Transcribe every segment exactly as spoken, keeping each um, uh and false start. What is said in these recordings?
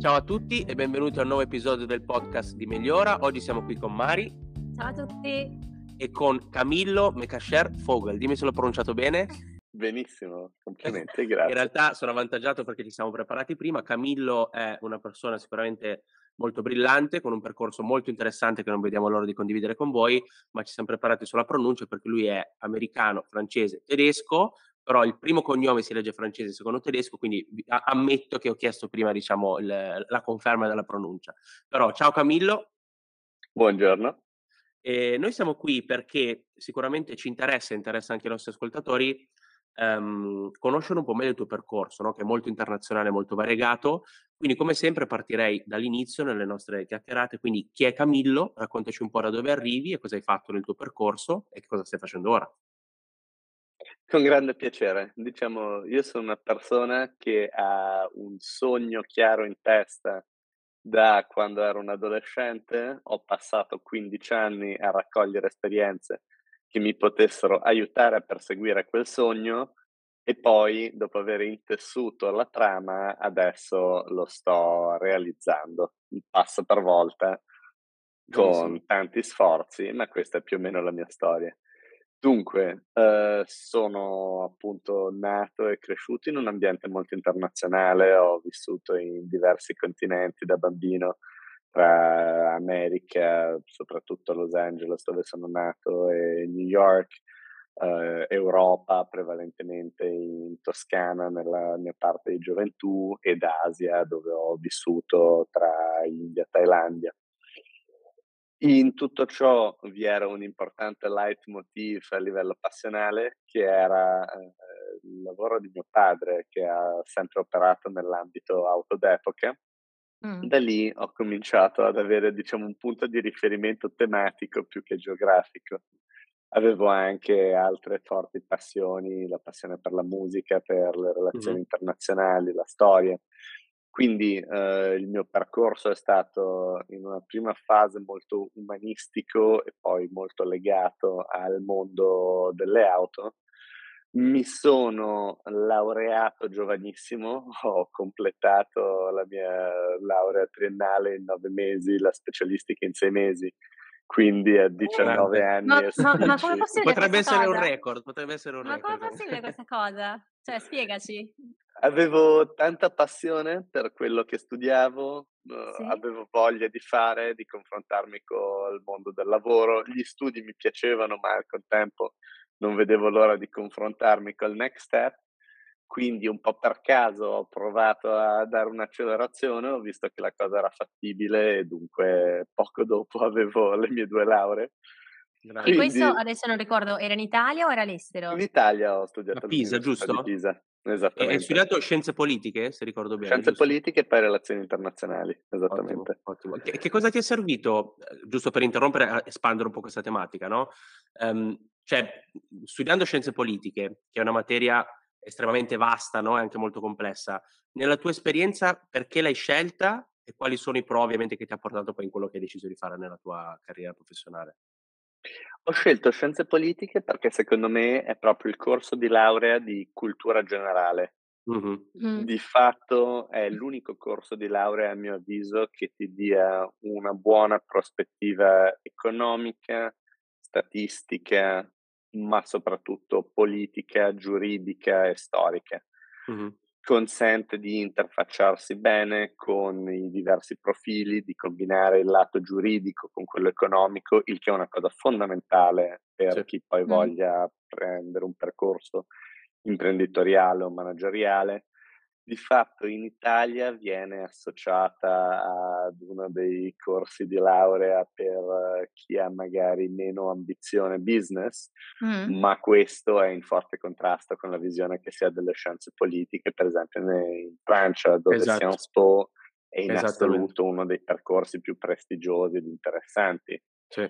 Ciao a tutti e benvenuti a un nuovo episodio del podcast di Migliora. Oggi siamo qui con Mari. Ciao a tutti. E con Camillo Mekasher Fogel. Dimmi se l'ho pronunciato bene. Benissimo, complimenti, grazie. In realtà sono avvantaggiato perché ci siamo preparati prima. Camillo è una persona sicuramente molto brillante, con un percorso molto interessante che non vediamo l'ora di condividere con voi, ma ci siamo preparati sulla pronuncia perché lui è americano, francese, tedesco, però il primo cognome si legge francese, il secondo tedesco, quindi ammetto che ho chiesto prima, diciamo, il, la conferma della pronuncia. Però ciao Camillo. Buongiorno. E noi siamo qui perché sicuramente ci interessa, interessa anche ai nostri ascoltatori, ehm, conoscere un po' meglio il tuo percorso, no? Che è molto internazionale, molto variegato. Quindi come sempre partirei dall'inizio nelle nostre chiacchierate. Quindi chi è Camillo? Raccontaci un po' da dove arrivi e cosa hai fatto nel tuo percorso e che cosa stai facendo ora. Con grande piacere. Diciamo, io sono una persona che ha un sogno chiaro in testa da quando ero un adolescente. Ho passato quindici anni a raccogliere esperienze che mi potessero aiutare a perseguire quel sogno e poi, dopo aver intessuto la trama, adesso lo sto realizzando, un passo per volta, Benissimo. con tanti sforzi, ma questa è più o meno la mia storia. Dunque, eh, sono appunto nato e cresciuto in un ambiente molto internazionale, ho vissuto in diversi continenti da bambino, tra America, soprattutto Los Angeles dove sono nato, e New York, eh, Europa, prevalentemente in Toscana nella mia parte di gioventù, ed Asia dove ho vissuto tra India e Thailandia. In tutto ciò vi era un importante leitmotiv a livello passionale, che era eh, il lavoro di mio padre, che ha sempre operato nell'ambito auto d'epoca. Mm. Da lì ho cominciato ad avere, diciamo, un punto di riferimento tematico più che geografico. Avevo anche altre forti passioni, la passione per la musica, per le relazioni Mhm. internazionali, la storia. Quindi eh, il mio percorso è stato in una prima fase molto umanistico e poi molto legato al mondo delle auto. Mi sono laureato giovanissimo, ho completato la mia laurea triennale in nove mesi, la specialistica in sei mesi, quindi a diciannove Grande. anni Ma, e ma, ma sedici. come è possibile Potrebbe questa essere cosa? un record, potrebbe essere un Ma come è record. possibile questa cosa? Cioè, spiegaci. Avevo tanta passione per quello che studiavo, eh, Sì? avevo voglia di fare, di confrontarmi col mondo del lavoro. Gli studi mi piacevano, ma al contempo non vedevo l'ora di confrontarmi col next step. Quindi un po' per caso ho provato a dare un'accelerazione, ho visto che la cosa era fattibile e dunque poco dopo avevo le mie due lauree. Grande. E questo, Quindi adesso non ricordo, era in Italia o era in all'estero? Italia ho A studiato Pisa, all'Università di giusto? Pisa, E hai esattamente. studiato scienze politiche, se ricordo bene, Scienze giusto? politiche e poi relazioni internazionali, Ottimo, esattamente. ottimo. Che che cosa ti è servito, ehm, giusto per interrompere, a espandere un po' questa tematica, no, ehm, cioè, mhmm, studiando scienze politiche, che è una materia estremamente vasta, no, e anche molto complessa, nella tua esperienza perché l'hai scelta e quali sono i pro ovviamente che ti ha portato poi in quello che hai deciso di fare nella tua carriera professionale? Ho scelto scienze politiche perché secondo me è proprio il corso di laurea di cultura generale. Mh-mh. Mm. Di fatto è l'unico corso di laurea, a mio avviso, che ti dia una buona prospettiva economica, statistica, ma soprattutto politica, giuridica e storica. Mh-mh. Consente di interfacciarsi bene con i diversi profili, di combinare il lato giuridico con quello economico, il che è una cosa fondamentale per Sì. chi poi Mm. voglia prendere un percorso imprenditoriale o manageriale. Di fatto in Italia viene associata ad uno dei corsi di laurea per chi ha magari meno ambizione business, Mm. ma questo è in forte contrasto con la visione che si ha delle scienze politiche, per esempio in Francia, dove Esatto, Sciences Po è in esattamente. assoluto uno dei percorsi più prestigiosi ed interessanti. Sì.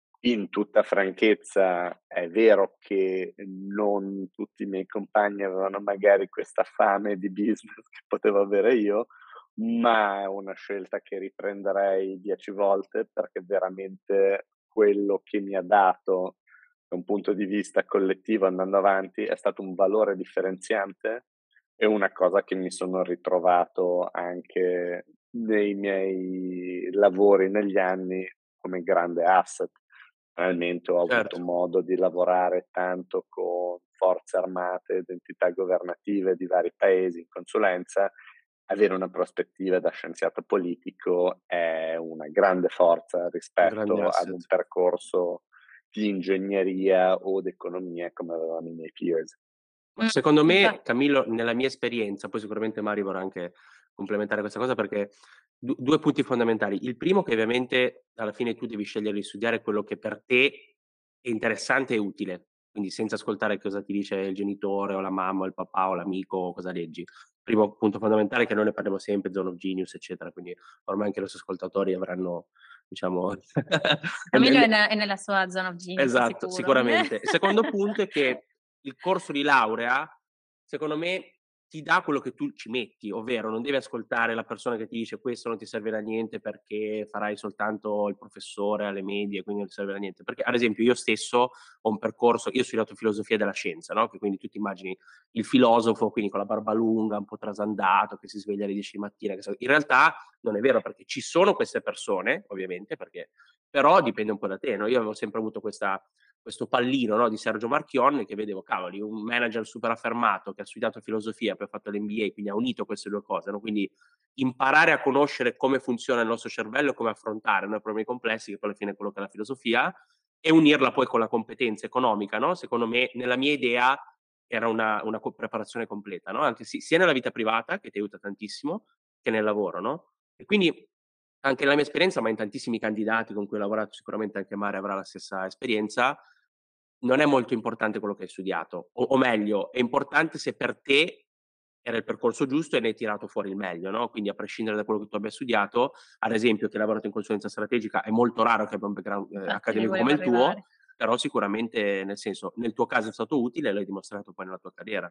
In tutta franchezza è vero che non tutti i miei compagni avevano magari questa fame di business che potevo avere io, ma è una scelta che riprenderei dieci volte perché veramente quello che mi ha dato da un punto di vista collettivo andando avanti è stato un valore differenziante e una cosa che mi sono ritrovato anche nei miei lavori negli anni come grande asset. Realmente ho avuto Certo. modo di lavorare tanto con forze armate ed entità governative di vari paesi in consulenza. Avere una prospettiva da scienziato politico è una grande forza Un grande rispetto ad un asset. percorso di ingegneria o d'economia come avevano i miei peers. Ma Mh, secondo me, infa Camillo, nella mia esperienza, poi sicuramente Mari vorrà anche complementare questa cosa perché du due punti fondamentali. Il primo che ovviamente alla fine tu devi scegliere di studiare quello che per te è interessante e utile, quindi senza ascoltare cosa ti dice il genitore o la mamma o il papà o l'amico o cosa leggi. Primo punto fondamentale che noi ne parliamo sempre, Zone of Genius, eccetera, quindi ormai anche i nostri ascoltatori avranno diciamo e ne Camillo è ne ne è nella sua zone of genius esatto, sicuro. sicuramente. Il secondo punto è che il corso di laurea, secondo me, ti dà quello che tu ci metti, ovvero non devi ascoltare la persona che ti dice: "Questo non ti servirà a niente perché farai soltanto il professore alle medie, quindi non ti servirà a niente." Perché ad esempio io stesso ho un percorso io ho studiato filosofia della scienza, no, che quindi tu ti immagini il filosofo, quindi con la barba lunga, un po' trasandato, che si sveglia alle dieci di mattina, che sa in realtà non è vero, perché ci sono queste persone, ovviamente, perché però dipende un po' da te, no, io avevo sempre avuto questa questo pallino, no, di Sergio Marchionne che vedevo, cavoli, un manager super affermato che ha studiato filosofia, poi ha fatto l'M B A, quindi ha unito queste due cose, no, quindi imparare a conoscere come funziona il nostro cervello e come affrontare, no, problemi complessi, che poi alla fine è quello che è la filosofia, e unirla poi con la competenza economica, no, secondo me nella mia idea era una una co preparazione completa, no, anche si sia nella vita privata, che ti aiuta tantissimo, che nel lavoro, no, e quindi anche nella mia esperienza, ma in tantissimi candidati con cui ho lavorato, sicuramente anche Mare avrà la stessa esperienza, non è molto importante quello che hai studiato, o o meglio, è importante se per te era il percorso giusto e ne hai tirato fuori il meglio, no, quindi a prescindere da quello che tu abbia studiato, ad esempio chi ha lavorato in consulenza strategica è molto raro che abbia un background, ehm, Infatti lì accademico come volevo il tuo, arrivare. però sicuramente nel senso, nel tuo caso è stato utile e l'hai dimostrato poi nella tua carriera.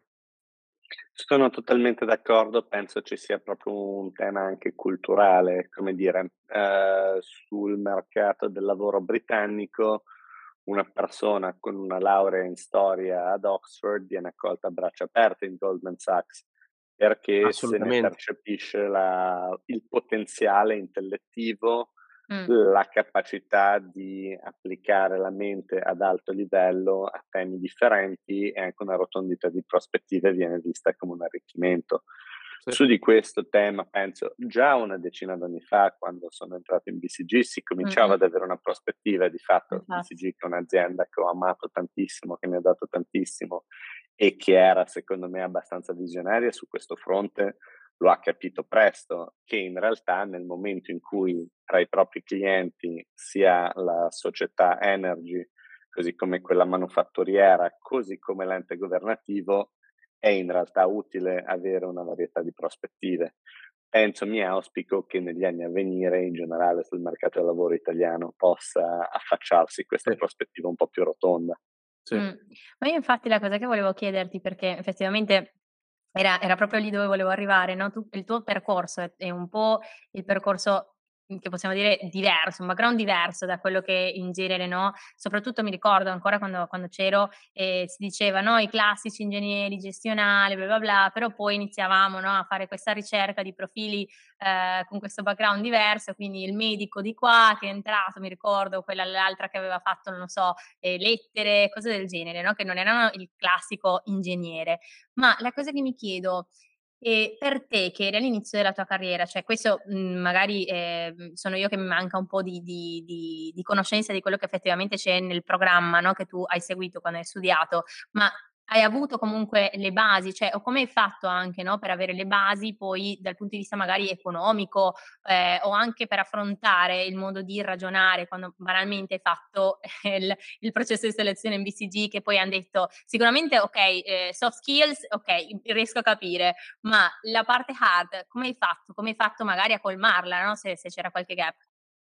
Sono totalmente d'accordo, penso ci sia proprio un tema anche culturale, come dire, ehm, sul mercato del lavoro britannico una persona con una laurea in storia ad Oxford viene accolta a braccia aperte in Goldman Sachs, perché se ne Assolutamente. percepisce la il potenziale intellettivo, Mh. la capacità di applicare la mente ad alto livello a temi differenti e anche una rotondità di prospettive viene vista come un arricchimento. Sì. Su di questo tema penso già una decina d'anni fa, quando sono entrato in B C G, si cominciava Mh-mh. ad avere una prospettiva e di fatto Infatti. B C G che è un'azienda che ho amato tantissimo, che mi ha dato tantissimo e che era secondo me abbastanza visionaria su questo fronte, lo ha capito presto che in realtà nel momento in cui tra i propri clienti sia la società Energy, così come quella manufatturiera, così come l'ente governativo, è in realtà utile avere una varietà di prospettive. Penso, mi auspico che negli anni a venire, in generale sul mercato del lavoro italiano, possa affacciarsi questa Sì, prospettiva un po' più rotonda. sì. Mh. Ma io infatti la cosa che volevo chiederti, perché effettivamente era era proprio lì dove volevo arrivare, no, tu il tuo percorso è è un po' il percorso, mhmm, che possiamo dire diverso, un background diverso da quello che in genere, no, soprattutto mi ricordo ancora quando quando c'ero, ehm, si diceva, no, i classici ingegneri gestionali, bla bla bla, però poi iniziavamo, no, a fare questa ricerca di profili, ehm, con questo background diverso, quindi il medico di qua che è entrato, mi ricordo, quella l'altra che aveva fatto, non lo so, ehm, lettere, cose del genere, no, che non erano il classico ingegnere. Ma la cosa che mi chiedo, ehm, per te che eri all'inizio della tua carriera, cioè questo, mhmm, magari, ehm, sono io che mi manca un po' di di di di conoscenza di quello che effettivamente c'è nel programma, no, che tu hai seguito quando hai studiato, ma hai avuto comunque le basi, cioè o come hai fatto anche, no, per avere le basi poi dal punto di vista magari economico, ehm, o anche per affrontare il modo di ragionare quando banalmente hai fatto il il processo di selezione in B C G che poi han detto: "Sicuramente okay, ehm, soft skills okay, riesco a capire, ma la parte hard come hai fatto? Come hai fatto magari a colmarla, no, se se c'era qualche gap?"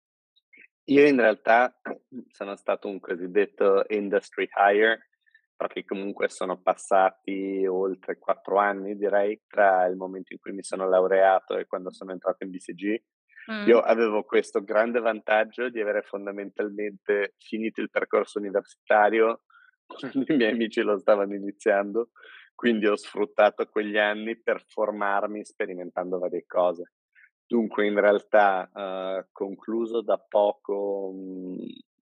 Io in realtà sono stato un cosiddetto industry hire, perché comunque sono passati oltre quattro anni direi, tra il momento in cui mi sono laureato e quando sono entrato in B C G. Mh. Io avevo questo grande vantaggio di avere fondamentalmente finito il percorso universitario quando i miei amici lo stavano iniziando, quindi ho sfruttato quegli anni per formarmi sperimentando varie cose. Dunque in realtà, uhm, concluso da poco, mhmm,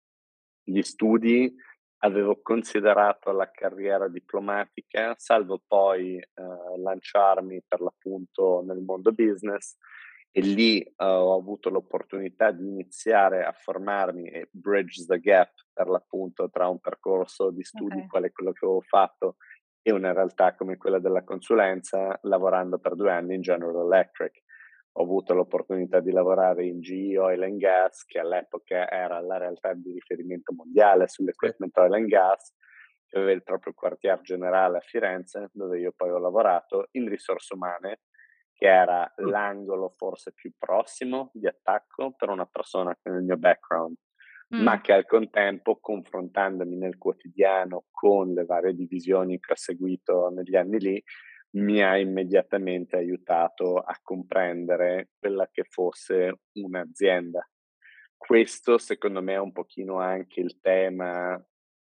gli studi, avevo considerato la carriera diplomatica, salvo poi, uhm, lanciarmi per l'appunto nel mondo business e lì, uhm, ho avuto l'opportunità di iniziare a formarmi e bridge the gap per l'appunto tra un percorso di studi Okay. quale quello che avevo fatto e una realtà come quella della consulenza, lavorando per due anni in General Electric. Ho avuto l'opportunità di lavorare in G E Oil and Gas, che all'epoca era la realtà di riferimento mondiale Sì. sull'equipment oil and gas, che aveva il proprio quartier generale a Firenze, dove io poi ho lavorato in risorse umane, che era Mh. l'angolo forse più prossimo di attacco per una persona con il mio background, Mh. ma che al contempo, confrontandomi nel quotidiano con le varie divisioni che ho seguito negli anni lì, mi ha immediatamente aiutato a comprendere quella che fosse un'azienda. Questo secondo me è un pochino anche il tema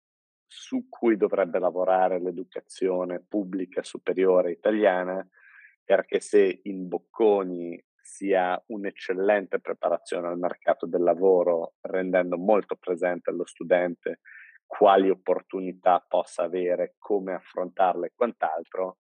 su cui dovrebbe lavorare l'educazione pubblica superiore italiana, perché se in Bocconi si ha un'eccellente preparazione al mercato del lavoro, rendendo molto presente allo studente quali opportunità possa avere, come affrontarle e quant'altro,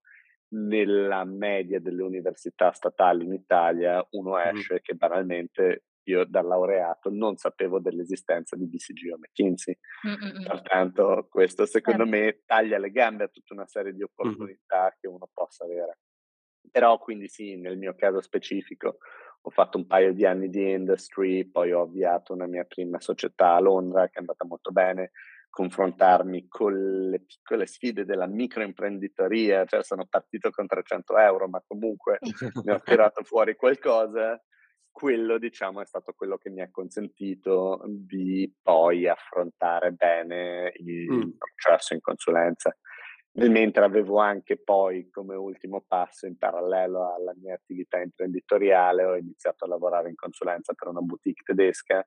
nella media delle università statali in Italia uno Mh-mh. esce che banalmente io da laureato non sapevo dell'esistenza di B C G o McKinsey. Mh, mh, mh. Pertanto questo secondo Certo. me taglia le gambe a tutta una serie di Mh-mh. opportunità che uno possa avere. Però quindi sì, nel mio caso specifico ho fatto un paio di anni di industry, poi ho avviato una mia prima società a Londra che è andata molto bene, confrontarmi con le piccole sfide della microimprenditoria, cioè sono partito con trecento euro, ma comunque ne ho tirato fuori qualcosa. Quello diciamo è stato quello che mi ha consentito di poi affrontare bene Mh. il processo in consulenza. Nel mentre avevo anche poi come ultimo passo, in parallelo alla mia attività imprenditoriale, ho iniziato a lavorare in consulenza per una boutique tedesca,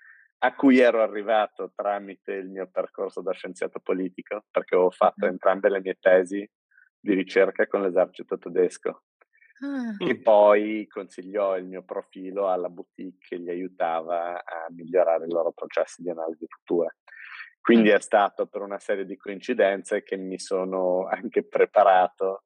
a cui ero arrivato tramite il mio percorso da scienziato politico, perché avevo fatto Okay. entrambe le mie tesi di ricerca con l'esercito tedesco, Ah. che Mh. poi consigliò il mio profilo alla boutique che li aiutava a migliorare i loro processi di analisi futura. Quindi Mh. è stato per una serie di coincidenze che mi sono anche preparato,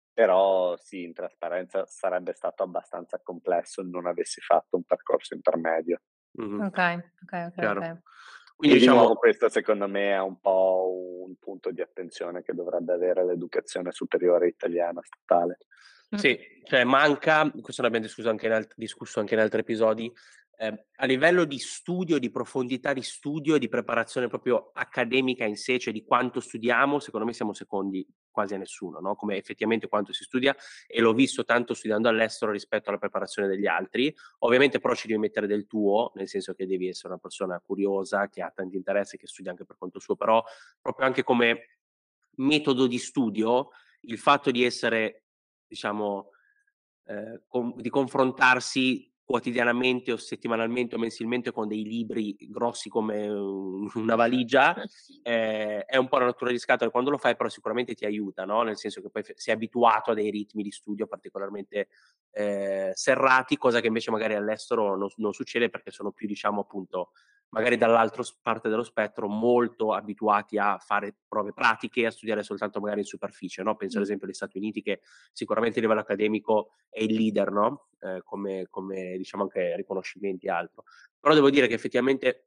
però sì, in trasparenza sarebbe stato abbastanza complesso non avessi fatto un percorso intermedio. Mh-mh. Okay, okay, okay, Chiaro. okay. Quindi E di nuovo diciamo questo secondo me è un po' un punto di attenzione che dovrebbe avere l'educazione superiore italiana statale. Mh. sì, cioè manca, questo ne abbiamo discusso anche in alt discusso anche in altri episodi, ehm, a livello di studio, di profondità di studio e di preparazione proprio accademica in sé, cioè di quanto studiamo, secondo me siamo secondi quasi a nessuno, no, come effettivamente quanto si studia, e l'ho visto tanto studiando all'estero rispetto alla preparazione degli altri. Ovviamente però ci devi mettere del tuo, nel senso che devi essere una persona curiosa, che ha tanti interessi, che studia anche per conto suo, però proprio anche come metodo di studio, il fatto di essere, diciamo, ehm, con di confrontarsi quotidianamente o settimanalmente o mensilmente con dei libri grossi come un una valigia, ehm, è un po' la rottura di scatole quando lo fai, però sicuramente ti aiuta, no, nel senso che poi f sei abituato a dei ritmi di studio particolarmente, ehm, serrati, cosa che invece magari all'estero non s non succede perché sono più, diciamo, appunto, magari dall'altro s parte dello spettro, molto abituati a fare prove pratiche, a studiare soltanto magari in superficie, no, penso ad Mh. esempio agli Stati Uniti che sicuramente a livello accademico è il leader, no, ehm, come come diciamo anche riconoscimenti e altro. Però devo dire che effettivamente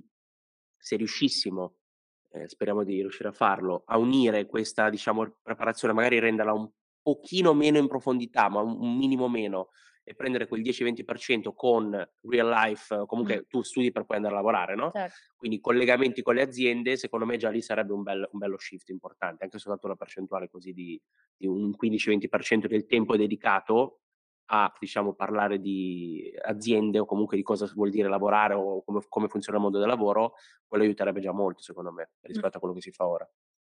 se riuscissimo, ehm, speriamo di riuscire a farlo, a unire questa, diciamo, preparazione, magari renderla un pochino meno in profondità, ma un un minimo meno, e prendere quel dieci, venti per cento con real life, o Mh. comunque tu studi per poi andare a lavorare, no, Cer quindi collegamenti con le aziende, secondo me già lì sarebbe un bel un bello shift importante, anche soltanto una percentuale così di di un quindici, venti per cento del tempo dedicato a, diciamo, parlare di aziende o comunque di cosa s vuol dire lavorare o come f come funziona il mondo del lavoro, quello aiuterebbe già molto secondo me, Mh. rispetto a quello che si fa ora.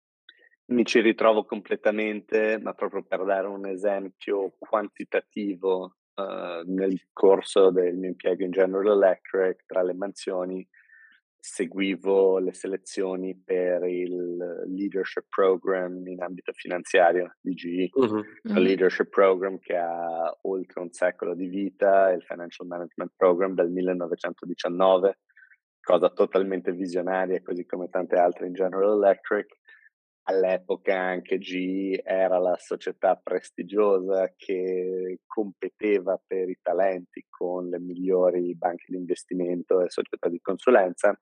Mi ci ritrovo completamente, ma proprio per dare un esempio quantitativo, uhm, nel corso del mio impiego in General Electric, tra le mansioni, seguivo le selezioni per il Leadership Program in ambito finanziario di G E. Mh-mh. Il Mh. Leadership Program che ha oltre un secolo di vita, il Financial Management Program del millenovecentodiciannove, cosa totalmente visionaria, così come tante altre in General Electric. All'epoca anche G E era la società prestigiosa che competeva per i talenti con le migliori banche di investimento e società di consulenza.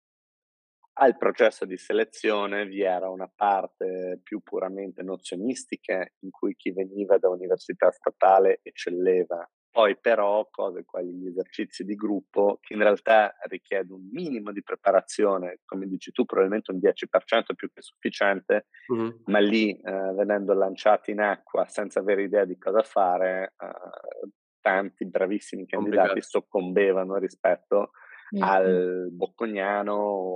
Al processo di selezione vi era una parte più puramente nozionistica, in cui chi veniva da università statale eccelleva. Poi però cose quali gli esercizi di gruppo, che in realtà richiede un minimo di preparazione, come dici tu, probabilmente un dieci per cento più che sufficiente, Mh-mh. ma lì eh, venendo lanciati in acqua senza avere idea di cosa fare, eh, tanti bravissimi candidati Complicato. soccombevano rispetto Mh-mh. al Bocconiano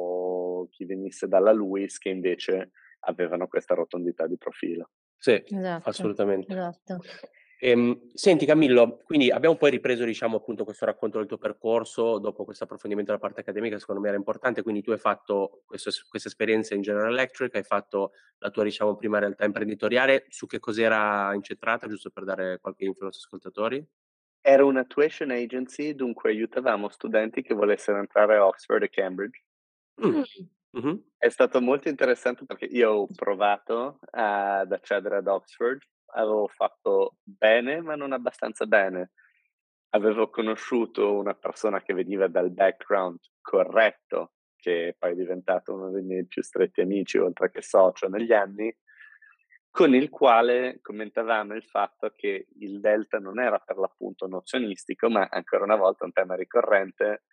o chi venisse dalla LUISS, che invece avevano questa rotondità di profilo. Sì, Esatto, assolutamente. esatto. Ehm, senti Camillo, quindi abbiamo poi ripreso, diciamo, appunto questo racconto del tuo percorso, dopo questo approfondimento della parte accademica, secondo me era importante, quindi tu hai fatto questo es questa esperienza in General Electric, hai fatto la tua, diciamo, prima realtà imprenditoriale, su che cos'era incentrata, giusto per dare qualche info ai nostri ascoltatori? Era una tuition agency, dunque aiutavamo studenti che volessero entrare a Oxford e Cambridge. Mh. Mh. Mh-mh. È stato molto interessante perché io ho provato ad accedere ad Oxford, avevo fatto bene, ma non abbastanza bene. Avevo conosciuto una persona che veniva dal background corretto, che poi è diventato uno dei miei più stretti amici, oltre che socio negli anni, con il quale commentavamo il fatto che il delta non era per l'appunto nozionistico, ma ancora una volta un tema ricorrente,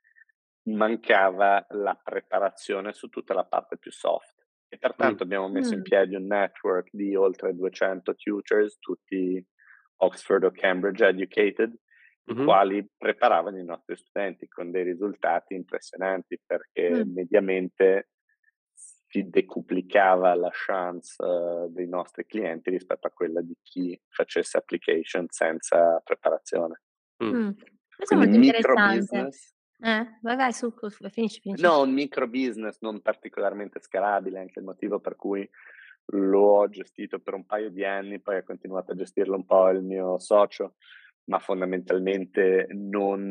mancava la preparazione su tutta la parte più soft. E Mh. pertanto abbiamo messo in Mh. piedi un network di oltre duecento tutors, tutti Oxford o Cambridge educated, i Mh-mh. quali preparavano i nostri studenti con dei risultati impressionanti, perché Mh. mediamente si decuplicava la chance eh, dei nostri clienti rispetto a quella di chi facesse application senza preparazione. Mh. Mh. Questo è Quindi molto micro interessante. business. Eh, vai, vai, su, su, su, finisci, finisci. No, un micro business non particolarmente scalabile, anche il motivo per cui l'ho gestito per un paio di anni, poi ha continuato a gestirlo un po' il mio socio, ma fondamentalmente non,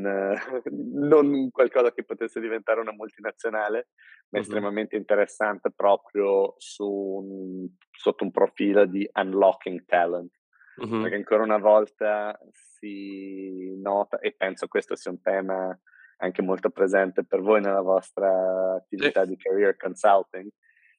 non qualcosa che potesse diventare una multinazionale, ma Mh-mh. estremamente interessante proprio su un, sotto un profilo di unlocking talent. Mh-mh. Perché ancora una volta si nota, e penso questo sia un tema anche molto presente per voi nella vostra Sì. attività di career consulting,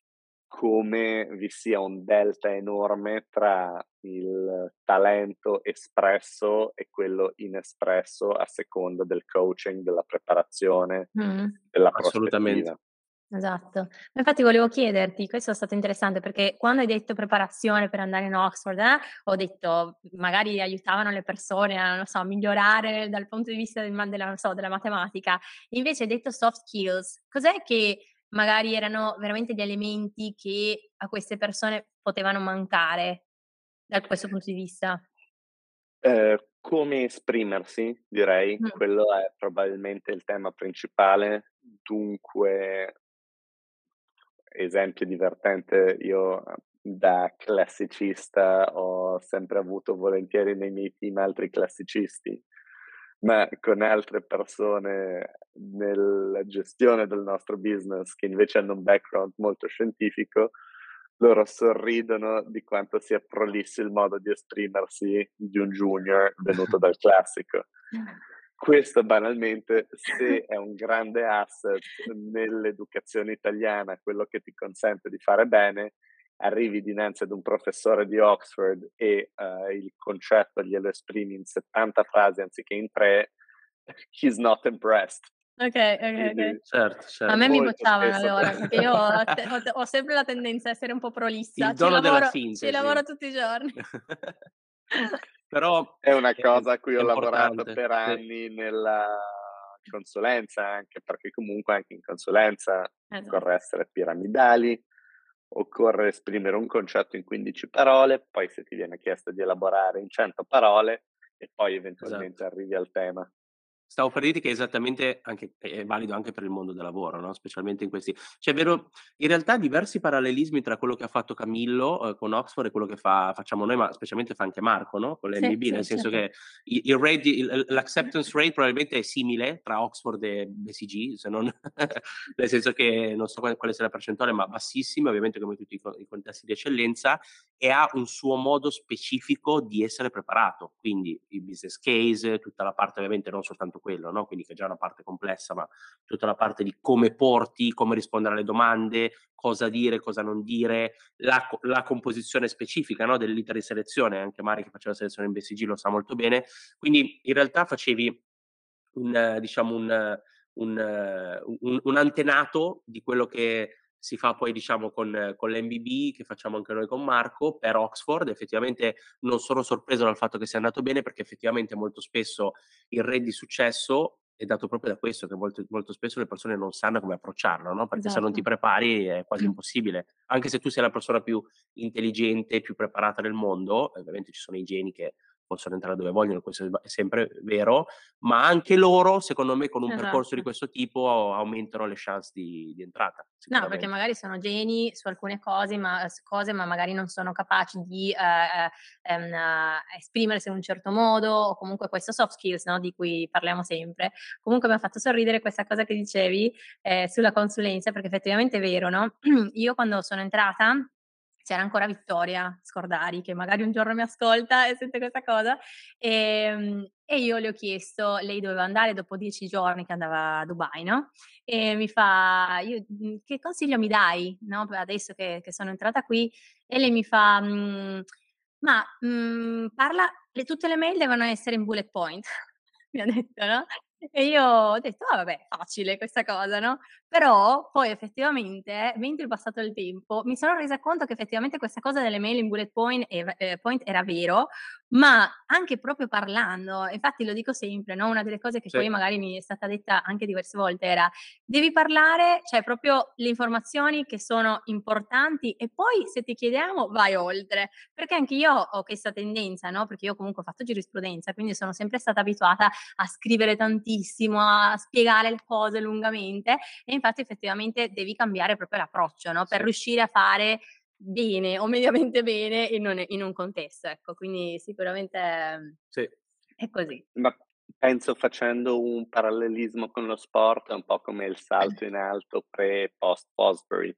come vi sia un delta enorme tra il talento espresso e quello inespresso a seconda del coaching, della preparazione, Mh. della Assolutamente. prospettiva. Esatto. Ma infatti volevo chiederti, questo è stato interessante perché quando hai detto preparazione per andare in Oxford, eh, ho detto magari aiutavano le persone a, non so, migliorare dal punto di vista del ma della non so, della matematica. Invece hai detto soft skills. Cos'è che magari erano veramente gli elementi che a queste persone potevano mancare da questo punto di vista? Ehm, come esprimersi, direi, Mh. quello è probabilmente il tema principale. Dunque, esempio divertente, io eh, da classicista ho sempre avuto volentieri nei miei team altri classicisti, ma con altre persone nella gestione del nostro business che invece hanno un background molto scientifico, loro sorridono di quanto sia prolisso il modo di esprimersi di un junior venuto dal classico. Questo banalmente, se è un grande asset nell'educazione italiana, quello che ti consente di fare bene, arrivi dinanzi ad un professore di Oxford e uh, il concetto glielo esprimi in settanta frasi anziché in tre, he's not impressed. Okay, okay, okay. Quindi Certo, A certo. me mi molto bocciavano spesso allora, perché io ho te ho te ho sempre la tendenza a essere un po' prolissa. Il Ci dono della lavoro ci lavoro sintesi. tutti i giorni. Però è una è cosa a cui è ho lavorato importante, per sì. anni nella consulenza, anche perché comunque anche in consulenza Esatto. occorre essere piramidali, occorre esprimere un concetto in quindici parole, poi se ti viene chiesto di elaborare in cento parole e poi eventualmente Esatto. arrivi al tema. Stavo per dirti che esattamente anche è è valido anche per il mondo del lavoro, no, specialmente in questi cioè vero in realtà diversi parallelismi tra quello che ha fatto Camillo, uhm, con Oxford e quello che fa facciamo noi, ma specialmente fa anche Marco, no, con Sì, l'M B B, nel sì, senso certo. che i il rate di il l'acceptance rate probabilmente è simile tra Oxford e B C G, se non nel senso che non so quale quale sia la percentuale, ma bassissima, ovviamente come tutti i co i contesti di eccellenza, e ha un suo modo specifico di essere preparato. Quindi il business case, tutta la parte ovviamente non soltanto quello, no, quindi che è già una parte complessa, ma tutta la parte di come porti, come rispondere alle domande, cosa dire, cosa non dire, la co la composizione specifica, no, dell'iter di selezione, anche Mari che faceva selezione in B C G lo sa molto bene. Quindi in realtà facevi un diciamo un un un un antenato di quello che si fa poi diciamo con con l'M B B, che facciamo anche noi con Marco per Oxford. Effettivamente non sono sorpreso dal fatto che sia andato bene, perché effettivamente molto spesso il rate di successo è dato proprio da questo, che molto molto spesso le persone non sanno come approcciarlo, no, perché se non ti Esatto. prepari è quasi impossibile. Anche se tu sei la persona più intelligente, più preparata del mondo, e ovviamente ci sono i geni che possono entrare dove vogliono, questo è sba è sempre vero, ma anche loro, secondo me, con un percorso di Esatto. questo tipo aumentano le chance di di entrata, No, perché sicuramente. magari sono geni su alcune cose, ma s cose, ma magari non sono capaci di, ehm, ehm, ehm, esprimersi in un certo modo o comunque questo soft skills, no, di cui parliamo sempre. Comunque m'ha fatto sorridere questa cosa che dicevi, ehm, sulla consulenza, perché effettivamente è vero, no, io quando sono entrata c'era ancora Vittoria Scordari, che magari un giorno mi ascolta e sente questa cosa, ehm, e io le ho chiesto lei doveva andare dopo dieci giorni che andava a Dubai, no, e mi fa: "Io mhmm, che consiglio mi dai, no, p adesso che che sono entrata qui?" E lei mi fa, mhmm: "Ma, mhmm, parla le tutte le mail devono essere in bullet point." Mi ha detto, no, e io ho detto: "Ah vabbè, facile questa cosa", no, però poi effettivamente, mentre è passato il tempo, mi sono resa conto che effettivamente questa cosa delle mail in bullet point ev ehm, point era vero, ma anche proprio parlando, infatti lo dico sempre, no, una delle cose che Sì. poi magari mi è stata detta anche diverse volte era: "Devi parlare, cioè proprio le informazioni che sono importanti e poi se ti chiediamo vai oltre." Perché anche io ho questa tendenza, no, perché io comunque ho fatto giurisprudenza, quindi sono sempre stata abituata a scrivere tantissimo, a spiegare le cose lungamente e infatti effettivamente devi cambiare proprio l'approccio, no, per Sì. riuscire a fare bene o mediamente bene in un in un contesto, ecco. Quindi sicuramente Sì. è così. Ma penso facendo un parallelismo con lo sport, è un po' come il salto in alto pre e post Fosbury.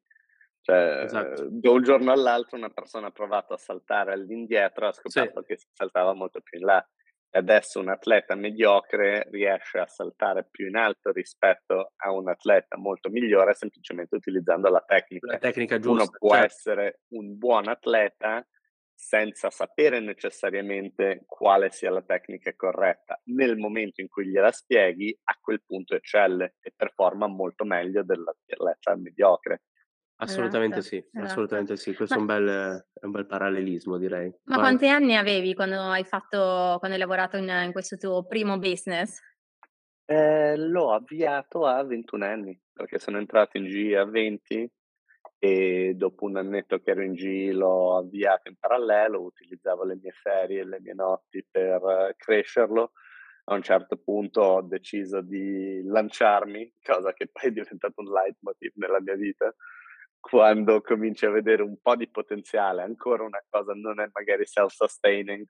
Esatto. Cioè, da un giorno all'altro una persona ha provato a saltare all'indietro, ha Sì. scoperto che si saltava molto più in là. E adesso un atleta mediocre riesce a saltare più in alto rispetto a un atleta molto migliore semplicemente utilizzando la La tecnica. tecnica Uno giusta, può certo. essere un buon atleta senza sapere necessariamente quale sia la tecnica corretta. Nel momento in cui gliela spieghi, a quel punto eccelle e performa molto meglio dell'atleta mediocre. Assolutamente Esatto, sì, esatto. assolutamente sì. Questo Ma è un bel è un bel parallelismo direi. ma Vai. quanti anni avevi quando hai fatto quando hai lavorato in in questo tuo primo business? Ehm, l'ho avviato a ventuno anni, perché sono entrato in G a venti e dopo un annetto che ero in G l'ho avviato in parallelo, utilizzavo le mie ferie e le mie notti per eh, crescerlo. A un certo punto ho deciso di lanciarmi, cosa che poi è diventato un leitmotiv nella mia vita, quando cominci a vedere un po' di potenziale, ancora una cosa non è magari self-sustaining,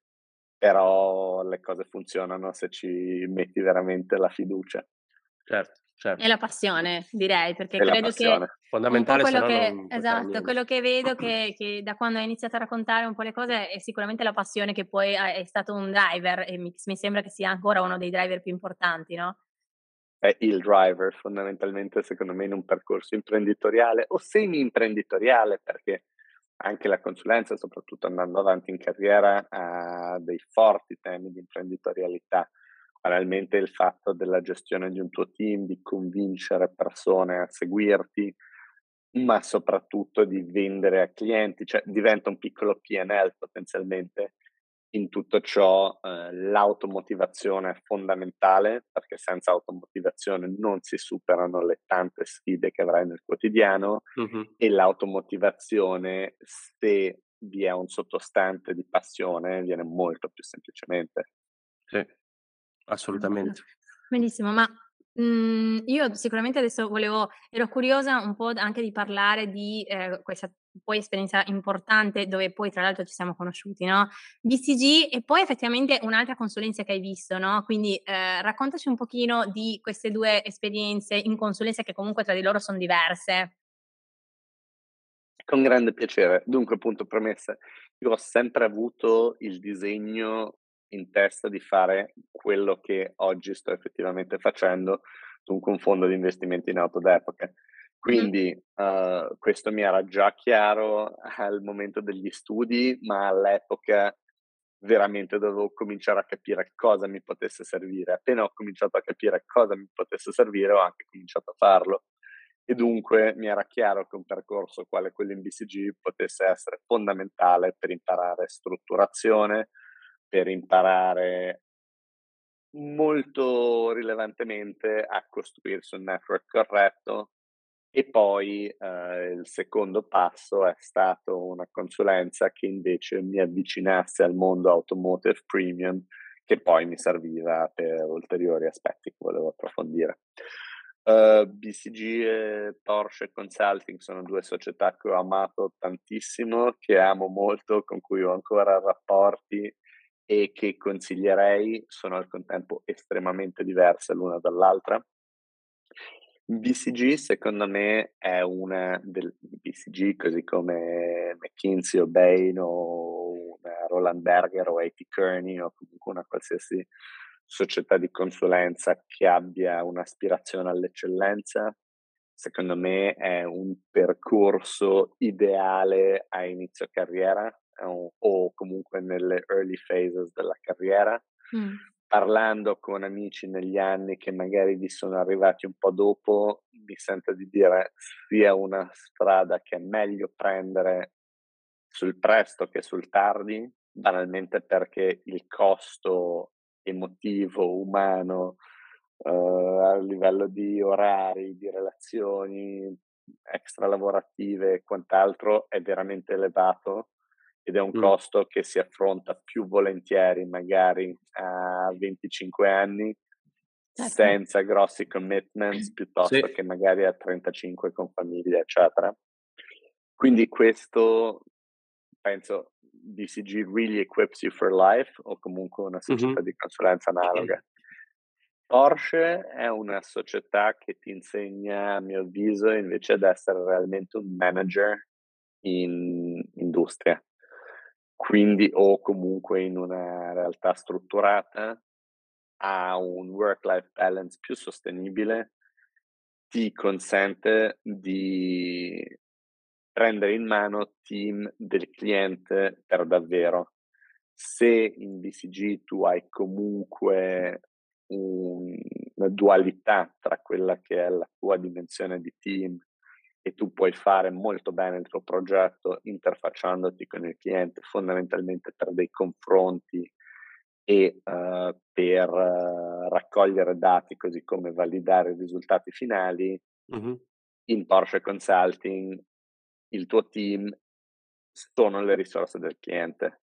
però le cose funzionano se ci metti veramente la fiducia Certo, E certo. la passione direi, perché e la credo che passione. un po' Fondamentale, se quello no che non puoi fare esatto, quello niente. che vedo che che da quando hai iniziato a raccontare un po' le cose è sicuramente la passione che poi ha è stato un driver e mi mi sembra che sia ancora uno dei driver più importanti, no? È il driver fondamentalmente secondo me in un percorso imprenditoriale o semi-imprenditoriale, perché anche la consulenza, soprattutto andando avanti in carriera, ha dei forti temi di imprenditorialità. Banalmente il fatto della gestione di un tuo team, di convincere persone a seguirti, ma soprattutto di vendere a clienti, cioè diventa un piccolo P and L potenzialmente. In tutto ciò, ehm, l'automotivazione è fondamentale, perché senza automotivazione non si superano le tante sfide che avrai nel quotidiano Mh-mh. e l'automotivazione, se vi è un sottostante di passione, viene molto più semplicemente. Sì, Esatto. assolutamente. Benissimo, ma, mhmm, io sicuramente adesso volevo ero curiosa un po' d anche di parlare di, ehm, questa poi esperienza importante dove poi tra l'altro ci siamo conosciuti, no, B C G e poi effettivamente un'altra consulenza che hai visto, no, quindi, ehm, raccontaci un pochino di queste due esperienze in consulenza che comunque tra di loro son diverse. Con grande piacere. Dunque, appunto, premessa: io ho sempre avuto il disegno in testa di fare quello che oggi sto effettivamente facendo, dunque un fondo di investimento in auto d'epoca. Mh-mh. Quindi, uhm, questo mi era già chiaro al momento degli studi, ma all'epoca veramente dovevo cominciare a capire cosa mi potesse servire. Appena ho cominciato a capire cosa mi potesse servire, ho anche cominciato a farlo. E dunque mi era chiaro che un percorso quale quello in B C G potesse essere fondamentale per imparare strutturazione, per imparare molto rilevantemente a costruirsi un network corretto. E poi, ehm, il secondo passo è stato una consulenza che invece mi avvicinasse al mondo automotive premium, che poi mi serviva per ulteriori aspetti che volevo approfondire. Uhm, B C G e Porsche Consulting sono due società che ho amato tantissimo, che amo molto, con cui ho ancora rapporti e che consiglierei, sono al contempo estremamente diverse l'una dall'altra. B C G secondo me è una del B C G, così come McKinsey o Bain o una Roland Berger o A T Kearney o comunque una qualsiasi società di consulenza che abbia un'aspirazione all'eccellenza, secondo me è un percorso ideale a inizio carriera, o o comunque nelle early phases della carriera. Mh. Parlando con amici negli anni che magari vi sono arrivati un po' dopo, mi sento di dire sia una strada che è meglio prendere sul presto che sul tardi, banalmente perché il costo emotivo, umano, uhm, a livello di orari, di relazioni extra lavorative e quant'altro è veramente elevato ed è un Mh. costo che si affronta più volentieri magari a venticinque anni, Certo. senza grossi commitments, Sì. piuttosto che magari a trentacinque con famiglia, eccetera. Quindi questo penso B C G really equips you for life o comunque una Mh-mh. società di consulenza analoga. Porsche è una società che ti insegna, a mio avviso, invece ad essere realmente un manager in industria. Quindi o comunque in una realtà strutturata, ha un work-life balance più sostenibile, ti consente di prendere in mano team del cliente per davvero. Se in B C G tu hai comunque un una dualità tra quella che è la tua dimensione di team e tu puoi fare molto bene il tuo progetto interfacciandoti con il cliente fondamentalmente per dei confronti e, uhm, per eh, raccogliere dati, così come validare i risultati finali, Mh-mh. in Porsche Consulting il tuo team sono le risorse del cliente.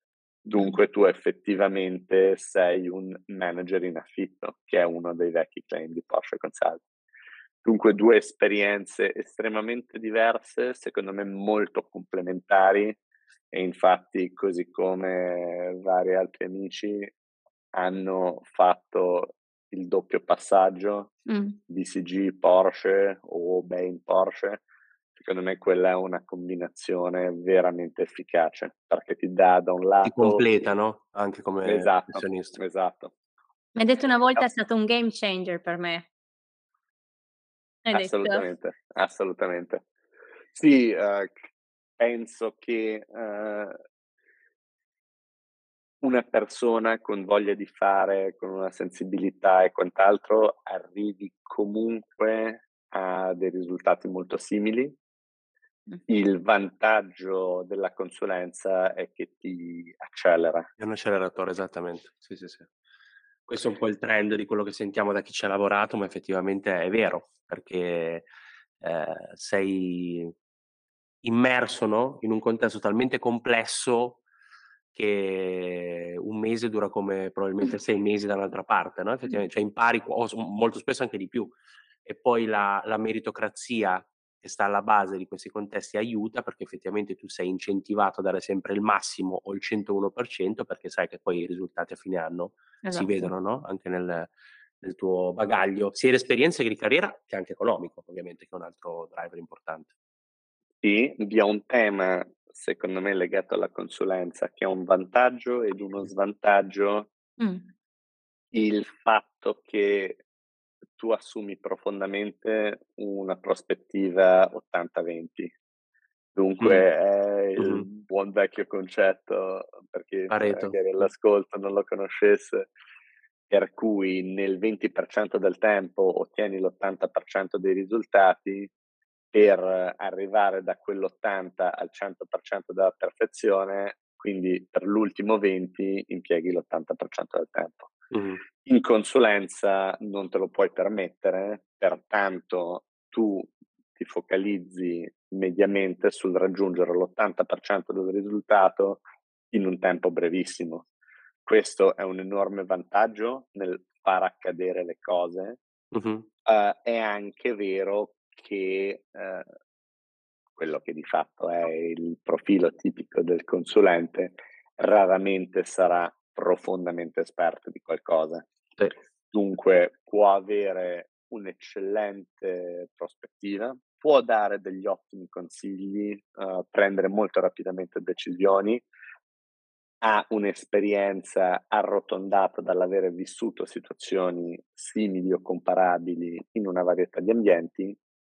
Mh. Dunque tu effettivamente sei un manager in affitto, che è uno dei vecchi claim di Porsche Consulting. Dunque due esperienze estremamente diverse, secondo me molto complementari e infatti così come vari altri amici hanno fatto il doppio passaggio, Mh. B C G Porsche o Bain Porsche, secondo me quella è una combinazione veramente efficace, perché ti dà da un Ti lato completa, no, anche come esatto, professionista. esatto. Mi hai detto una volta: A "È stato un game changer per me." Hai detto? assolutamente, assolutamente. Sì, uhm, c penso che, uhm una persona con voglia di fare, con una sensibilità e quant'altro, arrivi comunque a dei risultati molto simili. Mh. Il vantaggio della consulenza è che ti accelera. È un acceleratore, esattamente. Sì, sì, sì. Questo è un po' il trend di quello che sentiamo da chi ci ha lavorato, ma effettivamente è vero, perché, ehm, sei immerso, no, in un contesto talmente complesso che un mese dura come probabilmente sei mesi da un'altra parte, no, effettivamente, cioè impari o s molto spesso anche di più. E poi la la meritocrazia che sta alla base di questi contesti aiuta, perché effettivamente tu sei incentivato a dare sempre il massimo o il centouno per cento, perché sai che poi i risultati a fine anno si Esatto. vedono, no, anche nel nel tuo bagaglio, sia di esperienza che di carriera, che anche economico ovviamente, che è un altro driver importante. Sì, vi è un tema, secondo me, legato alla consulenza che ha un vantaggio ed uno svantaggio, Mh. il fatto che tu assumi profondamente una prospettiva ottanta venti. Dunque Mh. è il Mh-mh. buon vecchio concetto, per chi Pareto. magari Mh. all'ascolto non lo conoscesse, per cui nel venti per cento del tempo ottieni l'ottanta per cento dei risultati, per arrivare da quell'ottanta al cento per cento della perfezione, quindi per l'ultimo venti impieghi l'ottanta per cento del tempo. Mh-mh. In consulenza non te lo puoi permettere, pertanto tu ti focalizzi mediamente sul raggiungere l'ottanta per cento del risultato in un tempo brevissimo. Questo è un enorme vantaggio nel far accadere le cose. Mh-mh. Uhm, è anche vero che, ehm, quello che di fatto è il profilo tipico del consulente, raramente sarà profondamente esperto di qualcosa. Sì. Dunque può avere un'eccellente prospettiva, può dare degli ottimi consigli, uhm, prendere molto rapidamente decisioni, ha un'esperienza arrotondata dall'avere vissuto situazioni simili o comparabili in una varietà di ambienti,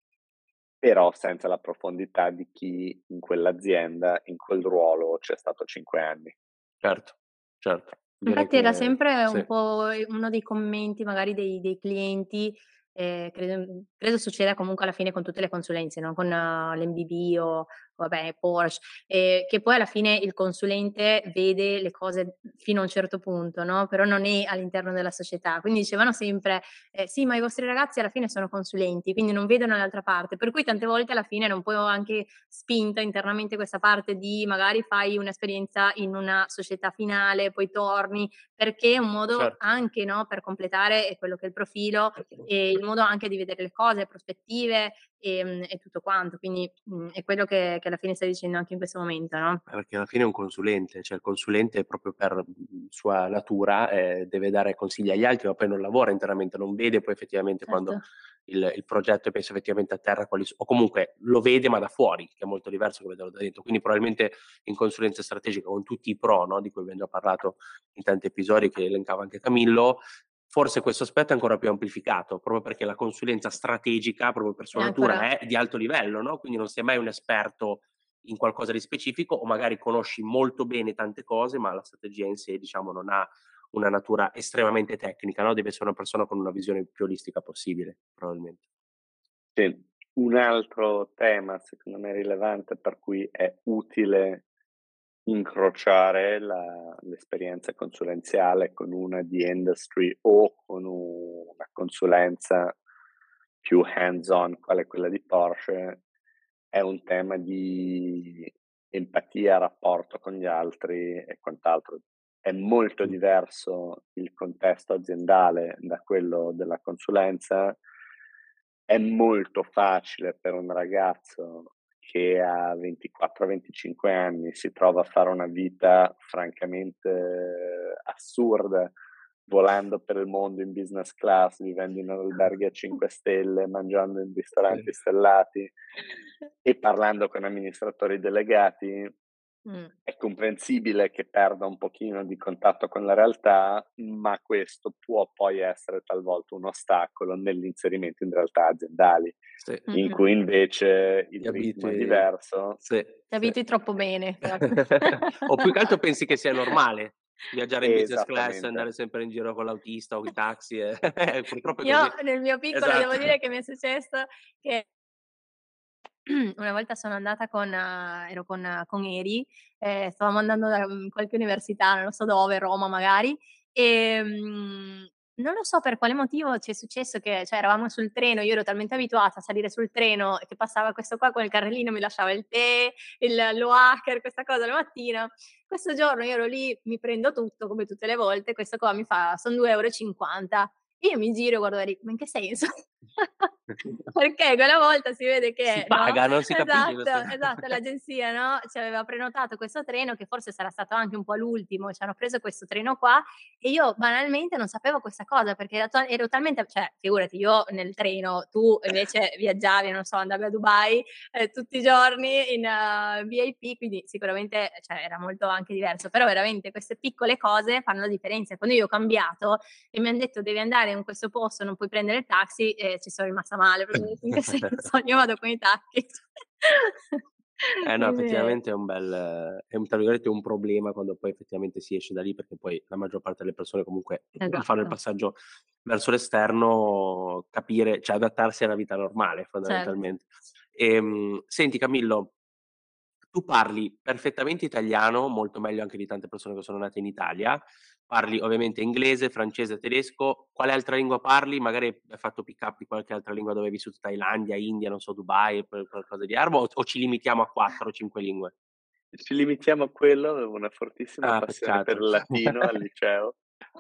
però senza la profondità di chi in quell'azienda, in quel ruolo c'è stato cinque anni. Certo, certo. Direi Infatti era che sempre sì. un po' ehm, uno dei commenti magari dei dei clienti, ehm, credo mhmm, credo succeda comunque alla fine con tutte le consulenze, no, con l'M B B o vabbè Porsche, ehm, che poi alla fine il consulente vede le cose fino a un certo punto, no, però non è all'interno della società. Quindi dicevano sempre: "Eh sì, ma i vostri ragazzi alla fine sono consulenti, quindi non vedono l'altra parte." Per cui tante volte alla fine era un po' anche spinta internamente questa parte di magari fai un'esperienza in una società finale, poi torni, perché è un modo Certo. anche, no, per completare, ehm, quello che è il profilo e il modo anche di vedere le cose, prospettive, ehm, e tutto quanto. Quindi, mhmm, è quello che che alla fine stai dicendo anche in questo momento, no? Eh, perché alla fine è un consulente, cioè il consulente proprio per, mhmm, sua natura, ehm, deve dare consigli agli altri, ma poi non lavora interamente, non vede poi effettivamente Certo. quando il il progetto è messo effettivamente a terra quali s o comunque lo vede ma da fuori, che è molto diverso che vederlo da dentro. Quindi probabilmente in consulenza strategica con tutti i pro, no, di cui abbiam già parlato in tanti episodi che elencava anche Camillo, forse questo aspetto è ancora più amplificato, proprio perché la consulenza strategica, proprio per E sua ancora natura, è di alto livello, no, quindi non sei mai un esperto in qualcosa di specifico o magari conosci molto bene tante cose, ma la strategia in sé, diciamo, non ha una natura estremamente tecnica, no, deve essere una persona con una visione più olistica possibile, probabilmente. Sì. Un altro tema secondo me rilevante per cui è utile incrociare la l'esperienza consulenziale con una di industry o con u una consulenza più hands on, quale quella di Porsche, è un tema di empatia, rapporto con gli altri e quant'altro. È molto Mh. diverso il contesto aziendale da quello della consulenza. È molto facile per un ragazzo che a ventiquattro, venticinque anni si trova a fare una vita francamente eh, assurda, volando per il mondo in business class, vivendo in alberghi a cinque stelle, mangiando in Sì. ristoranti stellati e parlando con amministratori delegati. mh. È comprensibile che perda un pochino di contatto con la realtà, ma questo può poi essere talvolta un ostacolo nell'inserimento in realtà aziendali, Sì, in Mh-mh. cui invece il ti ritmo è abitui diverso. sì, Ti sì. abitui troppo bene forse. O più che altro pensi che sia normale viaggiare in business class, andare Esattamente. sempre in giro con l'autista o i taxi e purtroppo è Io così. nel mio piccolo devo Esatto. dire che mi è successo che una volta sono andata con ero con con Eri, ehm, stavamo andando da, mhmm, qualche università, non so dove, Roma magari, ehm non lo so per quale motivo ci è successo che, cioè eravamo sul treno, io ero talmente abituata a salire sul treno che passava questo qua con il carrellino, mi lasciava il tè, il lo hacker, questa cosa la mattina. Questo giorno io ero lì, mi prendo tutto come tutte le volte, questo qua mi fa: "Son due euro e cinquanta". Io mi giro e guardo Eric: "Ma in che senso?" Perché quella volta si vede Si che, no, paga, non si capisce esatto, questa esatto, cosa. l'agenzia, no, ci aveva prenotato questo treno che forse sarà stato anche un po' l'ultimo, ci hanno preso questo treno qua e io banalmente non sapevo questa cosa perché ero ta ero talmente, cioè figurati io nel treno, tu invece viaggiavi, non so, andavi a Dubai, ehm, tutti i giorni in uh, V I P, quindi sicuramente, cioè era molto anche diverso, però veramente queste piccole cose fanno la differenza. Quando io ho cambiato e mi han detto: "Devi andare in questo posto, non puoi prendere il taxi", ehm, ci sono rimasta male, perché ho detto: "In che senso? Io vado con i tacchi". Eh no, Quindi effettivamente è un bel è un tra virgolette "un problema" quando poi effettivamente si esce da lì, perché poi la maggior parte delle persone comunque fanno il esatto, passaggio verso l'esterno, capire cioè adattarsi a una vita normale certo. fondamentalmente. Ehm, senti Camillo, tu parli perfettamente italiano, molto meglio anche di tante persone che sono nate in Italia, parli ovviamente inglese, francese, tedesco. Quale altra lingua parli? Magari hai fatto pick up di qualche altra lingua dove hai vissuto, Thailandia, India, non so, Dubai, quel qualcosa di arabo o o ci limitiamo a quattro o cinque lingue? Ci limitiamo a quello, avevo una fortissima Ah, passione per peccato. il latino al liceo.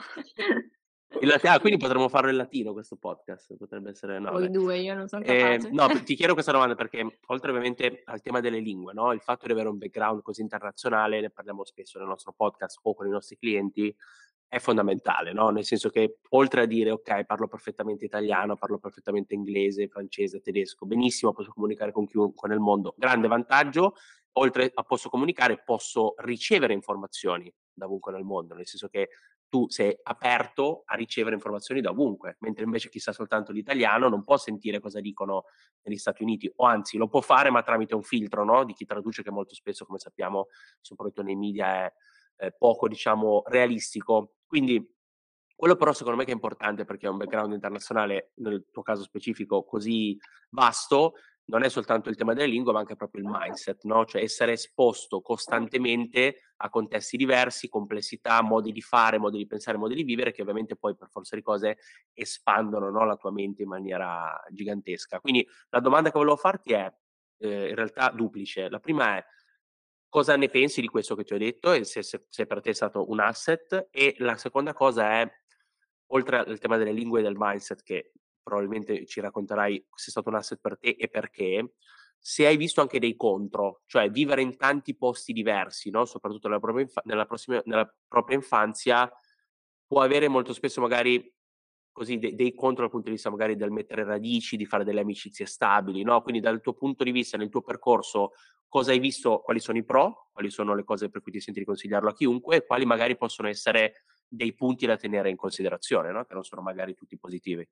Il lati ah, quindi potremmo farlo in latino questo podcast, potrebbe essere no Voi dai. due, io non son Ehm, capace. no, p ti chiedo questa domanda perché oltre ovviamente al tema delle lingue, no, il fatto di avere un background così internazionale, ne parliamo spesso nel nostro podcast o con i nostri clienti, è fondamentale, no, nel senso che oltre a dire: "Okay, parlo perfettamente italiano, parlo perfettamente inglese, francese, tedesco, benissimo, posso comunicare con chiunque nel mondo." Grande vantaggio, oltre a posso comunicare, posso ricevere informazioni da ovunque nel mondo, nel senso che tu sei aperto a ricevere informazioni da ovunque, mentre invece chi sa soltanto l'italiano non può sentire cosa dicono negli Stati Uniti, o anzi lo può fare ma tramite un filtro, no, di chi traduce che molto spesso, come sappiamo, soprattutto nei media è, ehm, poco diciamo realistico. Quindi quello però secondo me che è importante perché è un background internazionale, nel tuo caso specifico così vasto, non è soltanto il tema delle lingue, ma anche proprio il mindset, no, cioè essere esposto costantemente a contesti diversi, complessità, modi di fare, modi di pensare, modi di vivere, che ovviamente poi per forza di cose espandono, no, la tua mente in maniera gigantesca. Quindi la domanda che volevo farti è, ehm, in realtà duplice. La prima è: cosa ne pensi di questo che ti ho detto e se se se per te è stato un asset? E la seconda cosa è, oltre al tema delle lingue e del mindset che probabilmente ci racconterai se è stato un asset per te e perché, se hai visto anche dei contro, cioè vivere in tanti posti diversi, no, soprattutto nella propria infa nella prossima nella propria infanzia, può avere molto spesso magari così de dei contro dal punto di vista magari del mettere radici, di fare delle amicizie stabili, no, quindi dal tuo punto di vista, nel tuo percorso, cosa hai visto, quali sono i pro, quali sono le cose per cui ti senti di consigliarlo a chiunque e quali magari possono essere dei punti da tenere in considerazione, no, che non sono magari tutti positivi.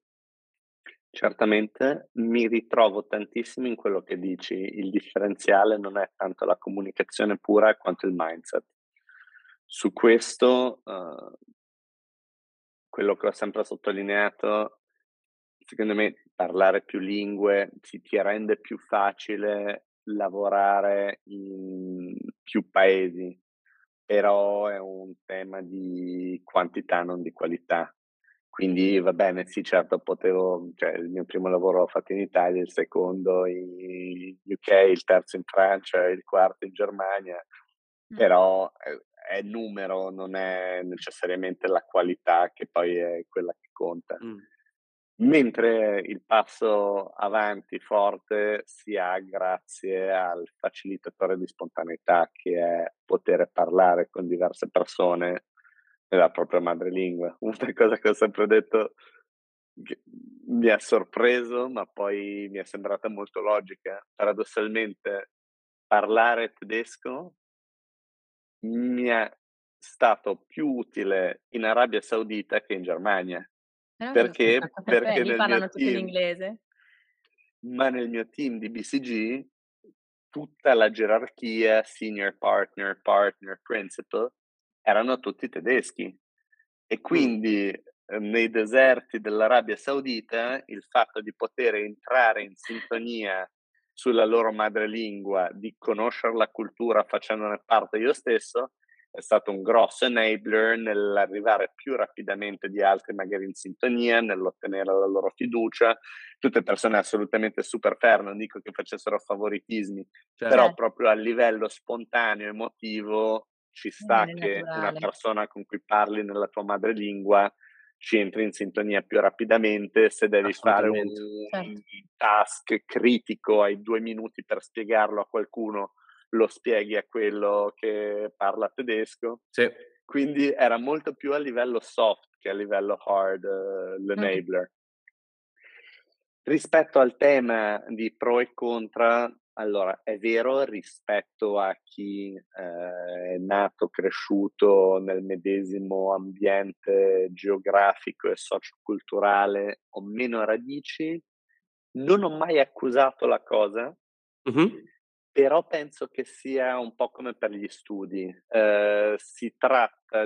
Certamente mi ritrovo tantissimo in quello che dici, il differenziale non è tanto la comunicazione pura quanto il mindset. Su questo, uhm, quello che ho sempre sottolineato, secondo me parlare più lingue ti ti rende più facile lavorare in più paesi, però è un tema di quantità, non di qualità. Quindi va bene, sì certo potevo cioè il mio primo lavoro l'ho fatto in Italia, il secondo in U K, il terzo in Francia, il quarto in Germania, Mh. però è è numero, non è necessariamente la qualità che poi è quella che conta. Mh. Mentre il passo avanti forte si ha grazie al facilitatore di spontaneità che è poter parlare con diverse persone nella propria madrelingua. Una cosa che ho sempre detto che mi ha sorpreso, ma poi mi è sembrata molto logica. Paradossalmente parlare tedesco mi è stato più utile in Arabia Saudita che in Germania. Veramente? Perché? Perché Perché lì nel mio parlano tutti team l'inglese? ma nel mio team di B C G tutta la gerarchia, senior partner, partner, principal, erano tutti tedeschi. E Mh. quindi, ehm, nei deserti dell'Arabia Saudita, il fatto di poter entrare in sintonia sulla loro madrelingua, di conoscere la cultura facendone parte io stesso, è stato un grosso enabler nell'arrivare più rapidamente di altri magari in sintonia, nell'ottenere la loro fiducia, tutte persone assolutamente super fair, non dico che facessero favoritismi, Certo. però proprio a livello spontaneo, emotivo, ci sta È che una naturale. persona con cui parli nella tua madrelingua ci entri in sintonia più rapidamente. Se devi fare un, Assolutamente. Certo. un task critico, hai due minuti per spiegarlo a qualcuno, lo spieghi a quello che parla tedesco. Sì. Quindi era molto più a livello soft che a livello hard uh, Mh. l'enabler. Rispetto al tema di pro e contra, allora è vero, rispetto a chi eh, è nato, cresciuto nel medesimo ambiente geografico e socioculturale o meno radici, non ho mai accusato la cosa, Mhm. però penso che sia un po' come per gli studi. Eh, si tratta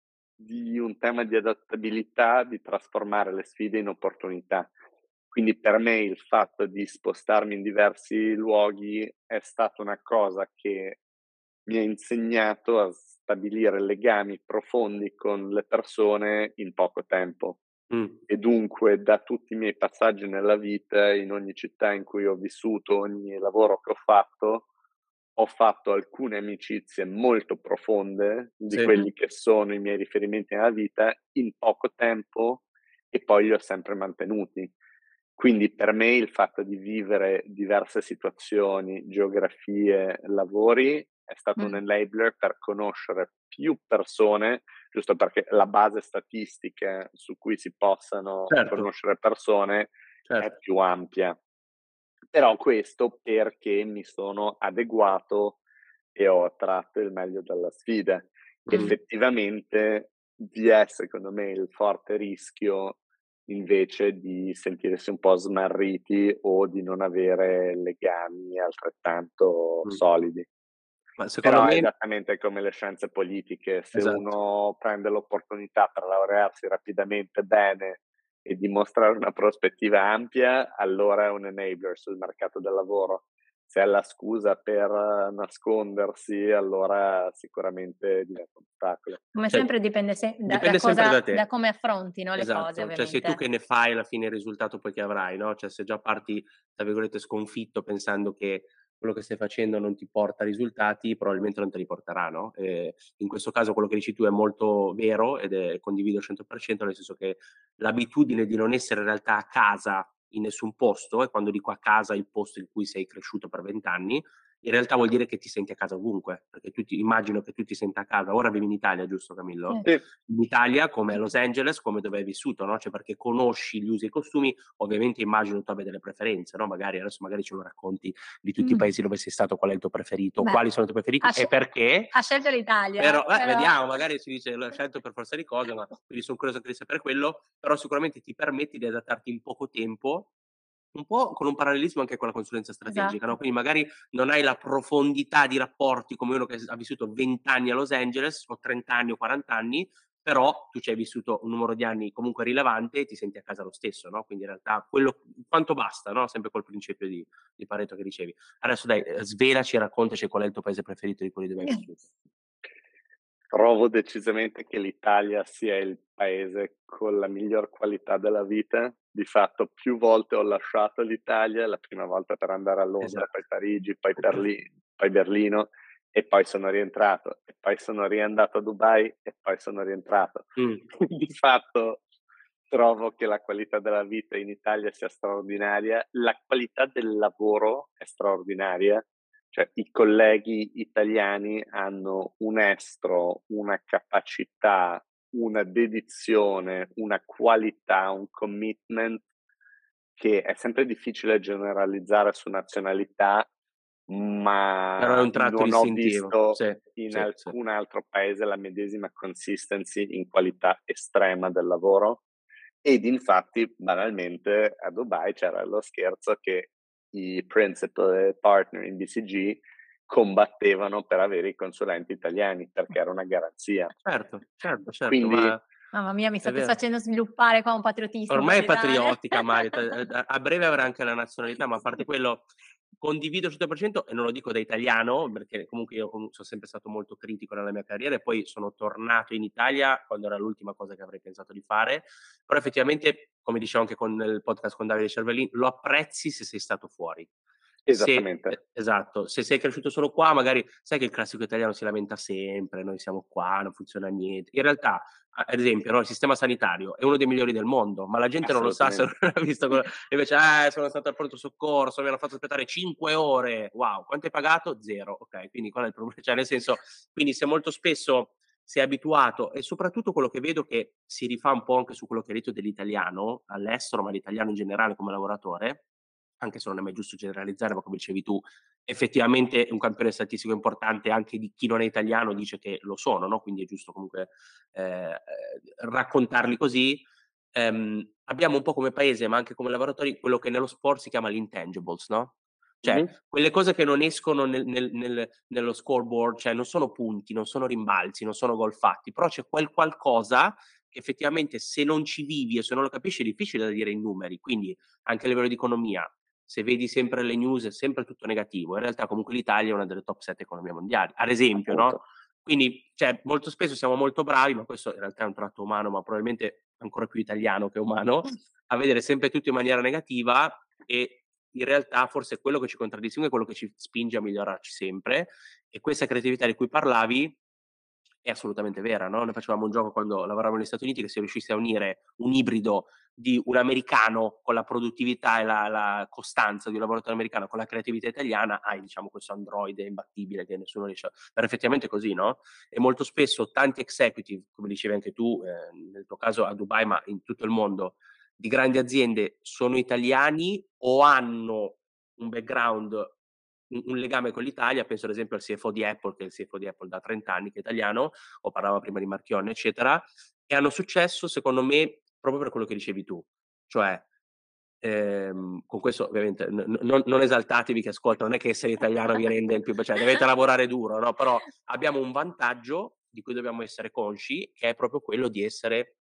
di un tema di adattabilità, di trasformare le sfide in opportunità. Quindi per me il fatto di spostarmi in diversi luoghi è stata una cosa che mi ha insegnato a stabilire legami profondi con le persone in poco tempo. Mm. E dunque da tutti i miei passaggi nella vita, in ogni città in cui ho vissuto, ogni lavoro che ho fatto, ho fatto alcune amicizie molto profonde di Sì. quelli che sono i miei riferimenti nella vita in poco tempo e poi li ho sempre mantenuti. Quindi per me il fatto di vivere diverse situazioni, geografie, lavori è stato un Mh. enabler per conoscere più persone, giusto perché la base statistica su cui si possano Certo. conoscere persone Certo. è più ampia. Però questo perché mi sono adeguato e ho tratto il meglio dalla sfida. Mh. Effettivamente vi è, secondo me, il forte rischio invece di sentirsi un po' smarriti o di non avere legami altrettanto Mm. solidi. Ma secondo Però è me, esattamente come le scienze politiche, se esatto. uno prende l'opportunità per laurearsi rapidamente bene e dimostrare una prospettiva ampia, allora è un enabler sul mercato del lavoro. Se è la scusa per nascondersi, allora sicuramente diventa un ostacolo. Come Cioè, sempre dipende se da da dipende sempre cosa da te. da come affronti, no, le cose Esatto, cioè sei tu ovviamente. che ne fai alla fine il risultato poi che avrai, no, cioè se già parti, tra virgolette, "sconfitto" pensando che quello che stai facendo non ti porta risultati, probabilmente non te li porterà, no, ehm, in questo caso quello che dici tu è molto vero ed è condivido al cento per cento, nel senso che l'abitudine di non essere in realtà a casa in nessun posto, e quando dico a casa il posto in cui sei cresciuto per venti anni, in realtà vuol dire che ti senti a casa ovunque, perché tu ti immagino che tu ti senta a casa. Ora vivi in Italia, giusto Camillo? Sì. Sì, In Italia come a Los Angeles, come dove hai vissuto, no, cioè perché conosci gli usi e i costumi, ovviamente immagino tu abbia delle preferenze, no, magari adesso magari ce lo racconti di tutti i Mh. paesi dove sei stato, qual è il tuo preferito, Beh, quali sono i tuoi preferiti ha e sce perché. ha scelto l'Italia, Però eh, beh, però vediamo, magari si dice l'ho scelto per forza di cose, ma quindi son curioso anche di sapere quello, però sicuramente ti permetti di adattarti in poco tempo, un po' con un parallelismo anche con la consulenza strategica, no, esatto. quindi magari non hai la profondità di rapporti come uno che s ha vissuto venti anni a Los Angeles o trenta anni o quaranta anni, però tu ci hai vissuto un numero di anni comunque rilevante e ti senti a casa lo stesso, no, quindi in realtà quello quanto basta, no, sempre quel principio di di Pareto che dicevi. Adesso dai, ehm, svelaci e raccontaci qual è il tuo paese preferito di quelli dove hai vissuto. trovo decisamente che l'Italia sia il paese con la miglior qualità della vita. Di fatto più volte ho lasciato l'Italia, la prima volta per andare a Londra, poi Esatto. Parigi, poi Berli poi Berlino e poi sono rientrato e poi sono riandato a Dubai e poi sono rientrato. Mh. Di fatto trovo che la qualità della vita in Italia sia straordinaria, la qualità del lavoro è straordinaria. Cioè, i colleghi italiani hanno un estro, una capacità, una dedizione, una qualità, un commitment che è sempre difficile generalizzare su nazionalità, Però è ma un tratto non ho distintivo. visto Sì, in sì, sì. alcun altro paese la medesima consistency in qualità estrema del lavoro. Ed infatti, banalmente, a Dubai c'era lo scherzo che i principal e partner in B C G combattevano per avere i consulenti italiani, perché era una garanzia. Certo, certo, certo, Quindi ma Mamma mia, mi è state vero. facendo sviluppare qua un patriottismo per Ormai è l'Italia. patriottica Mari, t a a breve avrà anche la nazionalità, ma a parte quello, condivido al cento per cento e non lo dico da italiano, perché comunque io comu sono sempre stato molto critico nella mia carriera e poi sono tornato in Italia quando era l'ultima cosa che avrei pensato di fare, però effettivamente, come dicevo anche con il podcast con Davide Cervellin, lo apprezzi se sei stato fuori. Se Esattamente. e esatto, se sei cresciuto solo qua magari sai che il classico italiano si lamenta sempre: "Noi siamo qua, non funziona niente". In realtà, a ad esempio, no, il sistema sanitario è uno dei migliori del mondo, ma la gente non lo sa se non Assolutamente. ha visto quello invece: "Eh, sono stato al pronto soccorso, mi hanno fatto aspettare cinque ore". Wow, quanto hai pagato? zero. Okay, quindi qual è il proble cioè nel senso, quindi se molto spesso sei abituato e soprattutto quello che vedo che si rifà un po' anche su quello che hai detto dell'italiano all'estero, ma l'italiano in generale come lavoratore, anche se non è mai giusto generalizzare, ma come dicevi tu, effettivamente un campione statistico importante anche di chi non è italiano dice che lo sono, no, quindi è giusto comunque, ehm, ehm, raccontarli così. Ehm, abbiamo un po' come paese, ma anche come lavoratori, quello che nello sport si chiama l'intangibles, no, cioè Mh-mh. quelle cose che non escono nel nel nel nello scoreboard, cioè non sono punti, non sono rimbalzi, non sono gol fatti, però c'è quel qualcosa che effettivamente se non ci vivi e se non lo capisci è difficile da dire in numeri. Quindi anche a livello di economia, se vedi sempre le news è sempre tutto negativo. In realtà comunque l'Italia è una delle top sette economie mondiali, ad esempio, no, Appunto. quindi cioè molto spesso siamo molto bravi, ma questo in realtà è un tratto umano, ma probabilmente ancora più italiano che umano, a vedere sempre tutto in maniera negativa e in realtà forse quello che ci contraddistingue è quello che ci spinge a migliorarci sempre e questa creatività di cui parlavi è assolutamente vera, no, noi facevamo un gioco quando lavoravamo negli Stati Uniti che se riuscissi a unire un ibrido di un americano con la produttività e la la costanza di un lavoratore americano con la creatività italiana, hai diciamo questo androide imbattibile che nessuno riesce a però effettivamente è così, no, e molto spesso tanti executive, come dicevi anche tu, ehm, nel tuo caso a Dubai, ma in tutto il mondo, di grandi aziende sono italiani o hanno un background un un legame con l'Italia, penso ad esempio al C F O di Apple, che è il C F O di Apple da trenta anni che è italiano, o parlavamo prima di Marchionne, eccetera, e hanno successo secondo me proprio per quello che dicevi tu. Cioè, ehm, con questo ovviamente n n non non esaltatevi che ascolta, non è che essere italiano vi rende il più cioè dovete lavorare duro, no, però abbiamo un vantaggio di cui dobbiamo essere consci, che è proprio quello di essere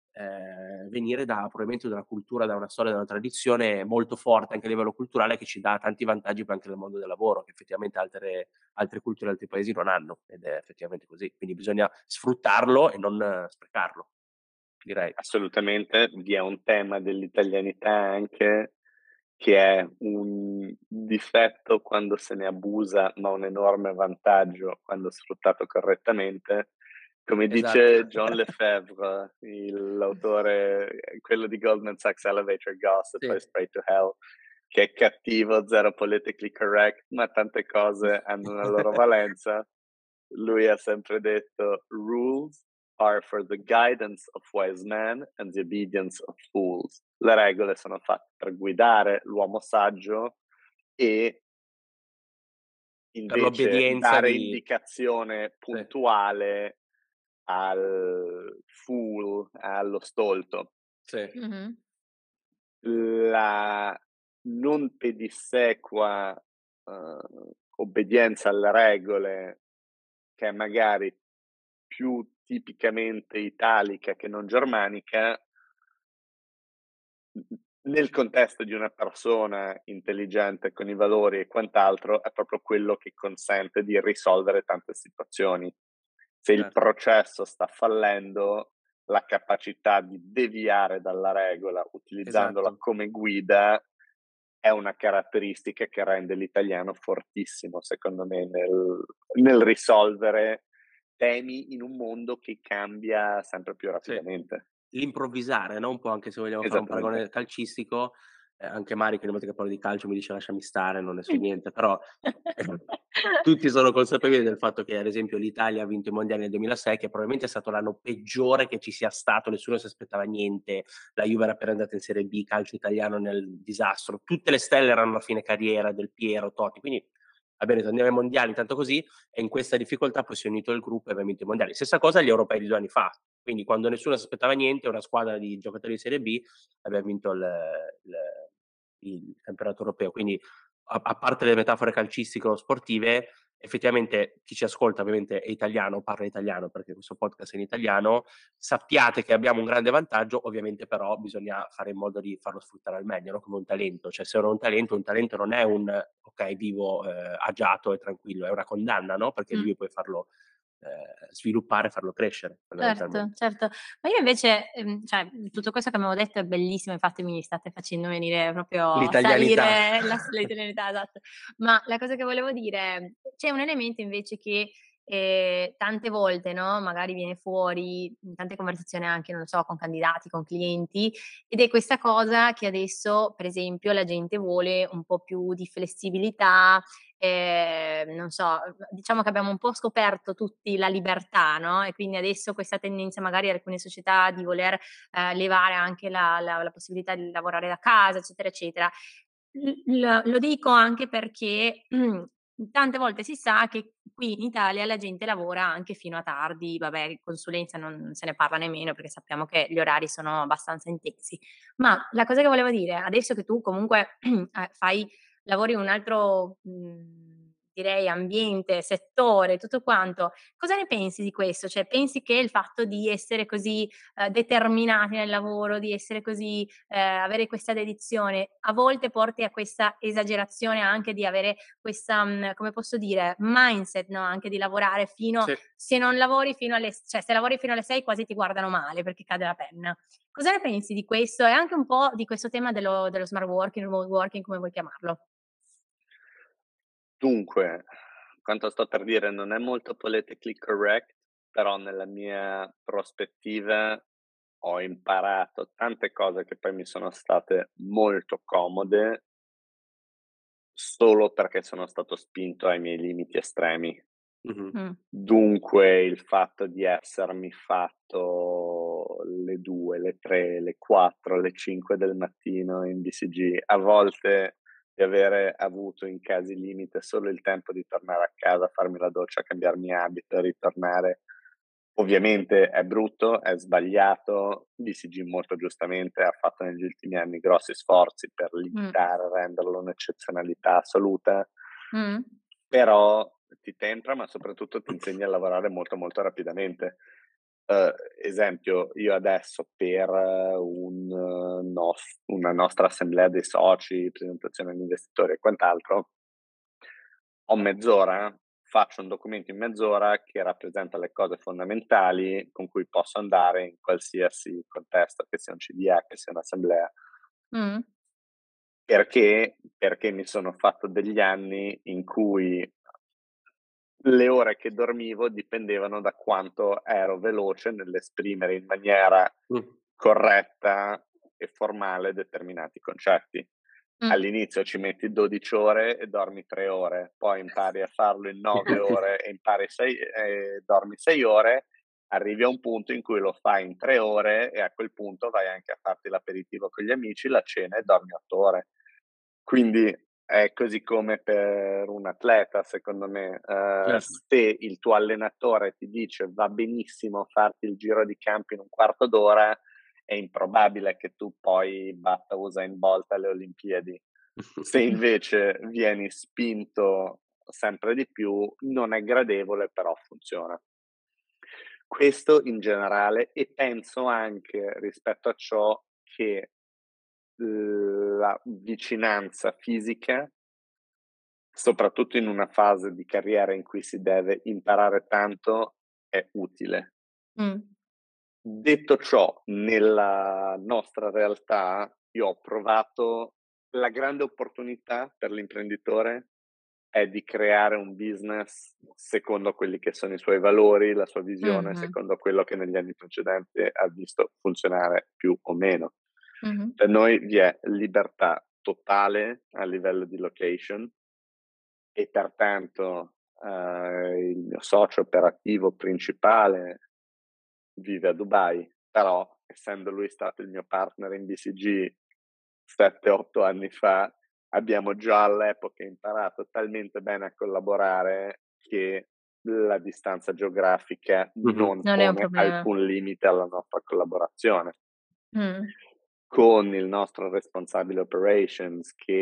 ehm, venire da probabilmente da una cultura, da una storia, da una tradizione molto forte anche a livello culturale, che ci dà tanti vantaggi poi anche nel mondo del lavoro, che effettivamente altre altre culture, altri paesi non hanno, ed è effettivamente così. Quindi bisogna sfruttarlo e non eh, sprecarlo, direi. Assolutamente, vi è un tema dell'italianità anche, che è un difetto quando se ne abusa, ma un enorme vantaggio quando sfruttato correttamente. Come Esatto. dice John Lefebvre, il l'autore, ehm, quello di Goldman Sachs Elevator Gossip, poi Sì. Straight to Hell, che è cattivo, zero politically correct, ma tante cose hanno una loro valenza. Lui ha sempre detto: "Rules are for the guidance of wise men and the obedience of fools." Le regole sono fatte per guidare l'uomo saggio e Per invece l'obbedienza dare di indicazione sì, puntuale al fool, allo stolto. sì, Mh-mh. La non pedissequa, uhm, obbedienza alle regole, che è magari più tipicamente italica che non germanica, mh-mh, nel contesto di una persona intelligente con i valori e quant'altro, è proprio quello che consente di risolvere tante situazioni. Se il certo. processo sta fallendo, la capacità di deviare dalla regola utilizzandola Esatto. come guida è una caratteristica che rende l'italiano fortissimo, secondo me, nel nel risolvere temi in un mondo che cambia sempre più Sì. rapidamente. L'improvvisare, no, un po' anche se vogliamo fare un Esattamente. paragone calcistico, ehm, anche Mari che ogni volta che parlo di calcio mi dice: "Lasciami stare, non ne so niente", però tutti sono consapevoli del fatto che, ad esempio, l'Italia ha vinto i mondiali nel duemilasei, che probabilmente è stato l'anno peggiore che ci sia stato, nessuno si aspettava niente, la Juve era appena andata in Serie B, calcio italiano nel disastro, tutte le stelle erano a fine carriera, Del Piero, Totti, quindi abbiamo detto: "Andiamo ai mondiali", tanto così, e in questa difficoltà poi si è unito il gruppo e abbiamo vinto i mondiali. Stessa cosa agli europei di due anni fa, quindi quando nessuno si aspettava niente, una squadra di giocatori di Serie B, abbiam vinto il il il campionato europeo. Quindi a a parte le metafore calcistico-sportive, effettivamente chi ci ascolta ovviamente è italiano, parla italiano perché questo podcast è in italiano, sappiate che abbiamo un grande vantaggio, ovviamente però bisogna fare in modo di farlo sfruttare al meglio, no? Come un talento, cioè se uno ha un talento, un talento non è un ok vivo eh, agiato e tranquillo, è una condanna, no? Perché Mm. devi poi farlo eh, sviluppare, farlo crescere Certo, fondamentalmente. certo. Ma io invece, ehm, cioè, tutto questo che abbiamo detto è bellissimo, infatti mi state facendo venire proprio L'italianità. salire la l'italianità, esatto. Ma la cosa che volevo dire è, c'è un elemento invece che, ehm, tante volte, no, magari viene fuori in tante conversazioni anche, non lo so, con candidati, con clienti, ed è questa cosa che adesso, per esempio, la gente vuole un po' più di flessibilità, ehm, non so, diciamo che abbiamo un po' scoperto tutti la libertà, no, e quindi adesso questa tendenza magari alcune società di voler, ehm, levare anche la la la possibilità di lavorare da casa, eccetera, eccetera. L l lo dico anche perché tante volte si sa che qui in Italia la gente lavora anche fino a tardi, vabbè, consulenza non se ne parla nemmeno perché sappiamo che gli orari sono abbastanza intensi. Ma la cosa che volevo dire, adesso che tu comunque, ehm, fai lavori in un altro, mhmm, direi ambiente, settore, tutto quanto, cosa ne pensi di questo? Cioè, pensi che il fatto di essere così, ehm, determinati nel lavoro, di essere così ehm, avere questa dedizione, a volte porti a questa esagerazione anche di avere questa, mhmm, come posso dire, mindset, no, anche di lavorare fino Sì. se non lavori fino alle s cioè se lavori fino alle sei quasi ti guardano male perché cade la penna. Cosa ne pensi di questo e anche un po' di questo tema dello dello smart working, remote working, come vuoi chiamarlo? Dunque, quanto sto per dire non è molto politically correct, però nella mia prospettiva ho imparato tante cose che poi mi sono state molto comode solo perché sono stato spinto ai miei limiti estremi. Mh-mh. Mh. Dunque il fatto di essermi fatto le due, le tre, le quattro, le cinque del mattino in B C G, a volte di avere avuto in casi limite solo il tempo di tornare a casa, farmi la doccia, cambiarmi abito e ritornare. Ovviamente è brutto, è sbagliato, B C G molto giustamente ha fatto negli ultimi anni grossi sforzi per Mh. limitare, renderlo un'eccezionalità assoluta, Mh. però ti tempra, ma soprattutto ti insegna a lavorare molto, molto rapidamente. Uhm, esempio, io adesso per un nos una nostra assemblea dei soci, presentazione agli investitori e quant'altro, ho mezz'ora, faccio un documento in mezz'ora che rappresenta le cose fondamentali con cui posso andare in qualsiasi contesto, che sia un C D A, che sia un'assemblea. Mh. Perché? Perché mi sono fatto degli anni in cui le ore che dormivo dipendevano da quanto ero veloce nell'esprimere in maniera Mh. corretta e formale determinati concetti. Mh. All'inizio ci metti dodici ore e dormi tre ore, poi impari a farlo in nove ore e impari sei e dormi sei ore, arrivi a un punto in cui lo fai in tre ore e a quel punto vai anche a farti l'aperitivo con gli amici, la cena e dormi otto ore. Quindi è così come per un atleta, secondo me. Ehm, Certo. se il tuo allenatore ti dice: "Va benissimo farti il giro di campo in un quarto d'ora", è improbabile che tu poi batta Usain Bolt alle Olimpiadi. Se invece vieni spinto sempre di più, non è gradevole, però funziona. Questo in generale, e penso anche rispetto a ciò che la vicinanza fisica, soprattutto in una fase di carriera in cui si deve imparare tanto, è utile. Mh. Detto ciò, nella nostra realtà io ho provato la grande opportunità per l'imprenditore è di creare un business secondo quelli che sono i suoi valori, la sua visione, Mh-mh. secondo quello che negli anni precedenti ha visto funzionare più o meno. Mh-mh. Per noi vi è libertà totale a livello di location e pertanto, ehm, il mio socio operativo principale vive a Dubai, però essendo lui stato il mio partner in B C G sette, otto anni fa, abbiamo già all'epoca imparato talmente bene a collaborare che la distanza geografica Mh-mh. non Non è un pone problema. alcun limite alla nostra collaborazione. Mh. Con il nostro responsabile operations che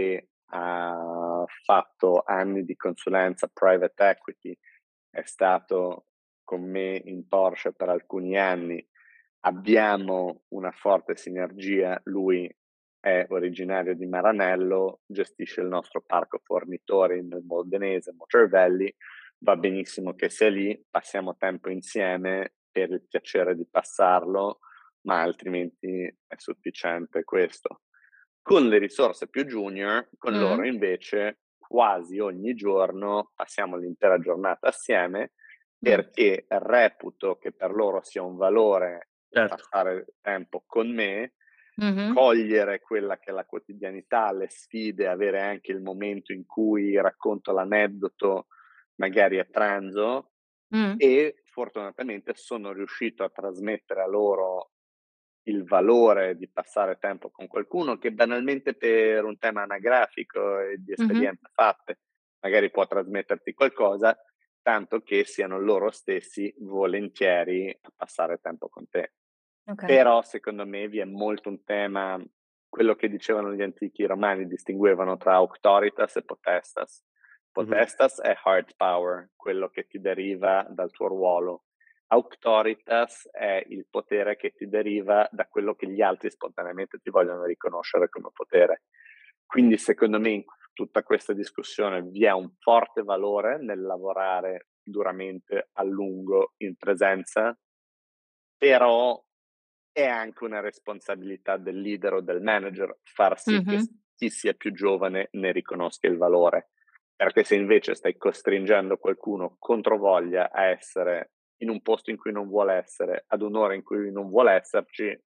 ha fatto anni di consulenza private equity, è stato con me in Porsche per alcuni anni, abbiamo una forte sinergia, lui è originario di Maranello, gestisce il nostro parco fornitori nel Modenese, Motor Valley, va benissimo che sia lì, passiamo tempo insieme per il piacere di passarlo, ma altrimenti è sufficiente questo. Con le risorse più junior, con Mh. loro invece quasi ogni giorno passiamo l'intera giornata assieme, Mh. perché reputo che per loro sia un valore Certo. passare tempo con me, Mh-mh. cogliere quella che è la quotidianità, le sfide, avere anche il momento in cui racconto l'aneddoto, magari a pranzo, Mh. e fortunatamente sono riuscito a trasmettere a loro il valore di passare tempo con qualcuno che banalmente per un tema anagrafico e di Mh-mh. esperienze fatte magari può trasmetterti qualcosa, tanto che siano loro stessi volentieri a passare tempo con te. Okay. Però secondo me vi è molto un tema, quello che dicevano gli antichi romani, distinguevano tra auctoritas e potestas. Mh-mh. Potestas è hard power, quello che ti deriva dal tuo ruolo. Auctoritas è il potere che ti deriva da quello che gli altri spontaneamente ti vogliono riconoscere come potere. Quindi secondo me in tutta questa discussione vi è un forte valore nel lavorare duramente a lungo in presenza, però è anche una responsabilità del leader o del manager far sì che Mh-mh. chi sia più giovane ne riconosca il valore. Perché se invece stai costringendo qualcuno controvoglia a essere in un posto in cui non vuole essere, ad un'ora in cui non vuole esserci,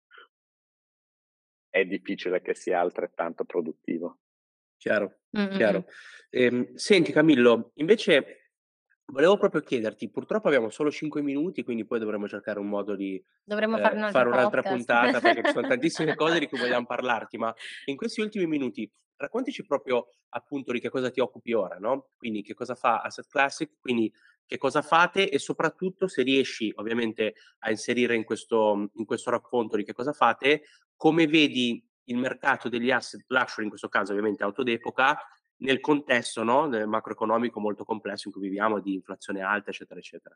è difficile che sia altrettanto produttivo. Chiaro, Mh, mh, mh. chiaro. Ehm, senti Camillo, invece volevo proprio chiederti, purtroppo abbiamo solo cinque minuti, quindi poi dovremo cercare un modo di, Dovremmo fare un ehm, altro fare un'altra podcast. puntata, perché ci sono tantissime cose di cui vogliam parlarti, ma in questi ultimi minuti raccontaci proprio appunto di che cosa ti occupi ora, no, quindi che cosa fa Asset Classic, quindi che cosa fate e soprattutto se riesci ovviamente a inserire in questo in questo racconto di che cosa fate, come vedi il mercato degli asset luxury, in questo caso ovviamente auto d'epoca, nel contesto, no, del macroeconomico molto complesso in cui viviamo, di inflazione alta, eccetera, eccetera.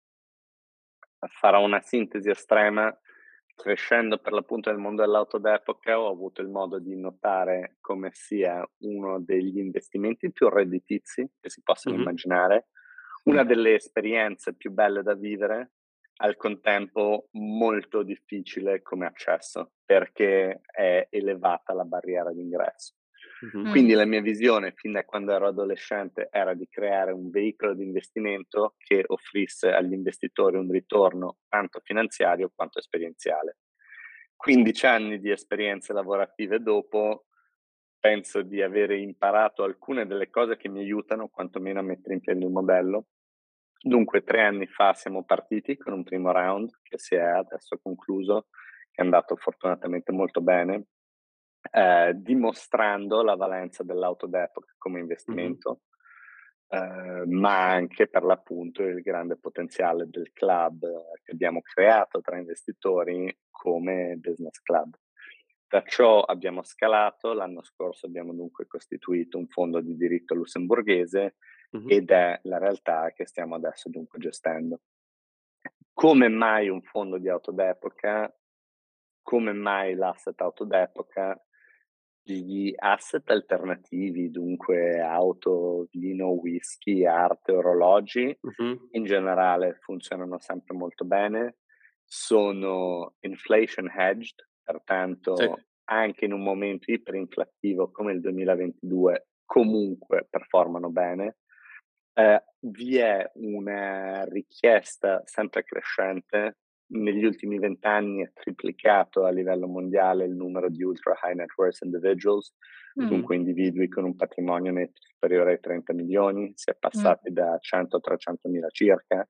Farò una sintesi estrema. Crescendo per l'appunto nel mondo dell'auto d'epoca, ho avuto il modo di notare come sia uno degli investimenti più redditizi che si possano Mh-mh. immaginare, una delle esperienze più belle da vivere, al contempo molto difficile come accesso, perché è elevata la barriera d'ingresso. Mh-mh. Mh. Quindi la mia visione, fin da quando ero adolescente, era di creare un veicolo di investimento che offrisse agli investitori un ritorno tanto finanziario quanto esperienziale. quindici anni di esperienze lavorative dopo, penso di avere imparato alcune delle cose che mi aiutano quantomeno a mettere in piedi un modello. Dunque, tre anni fa siamo partiti con un primo round che si è adesso concluso, che è andato fortunatamente molto bene, eh, dimostrando la valenza dell'auto d'epoca come Mh-mh. investimento, eh, ma anche per l'appunto il grande potenziale del club eh, che abbiamo creato tra investitori come business club. Da ciò abbiamo scalato, l'anno scorso abbiamo dunque costituito un fondo di diritto lussemburghese Mh-mh. ed è la realtà che stiamo adesso dunque gestendo. Come mai un fondo di auto d'epoca? Come mai l'asset auto d'epoca? Gli asset alternativi, dunque auto, vino, whisky, arte, orologi, Mh-mh. in generale funzionano sempre molto bene, sono inflation hedged, Sì. pertanto anche in un momento iperinflattivo come il duemilaventidue comunque performano bene. Eh, vi è una richiesta sempre crescente. Negli ultimi venti anni è triplicato a livello mondiale il numero di ultra high net worth individuals, Mh. Mh-mh. dunque individui con un patrimonio netto superiore ai trenta milioni, si è Mh. passati da cento a trecento mila circa,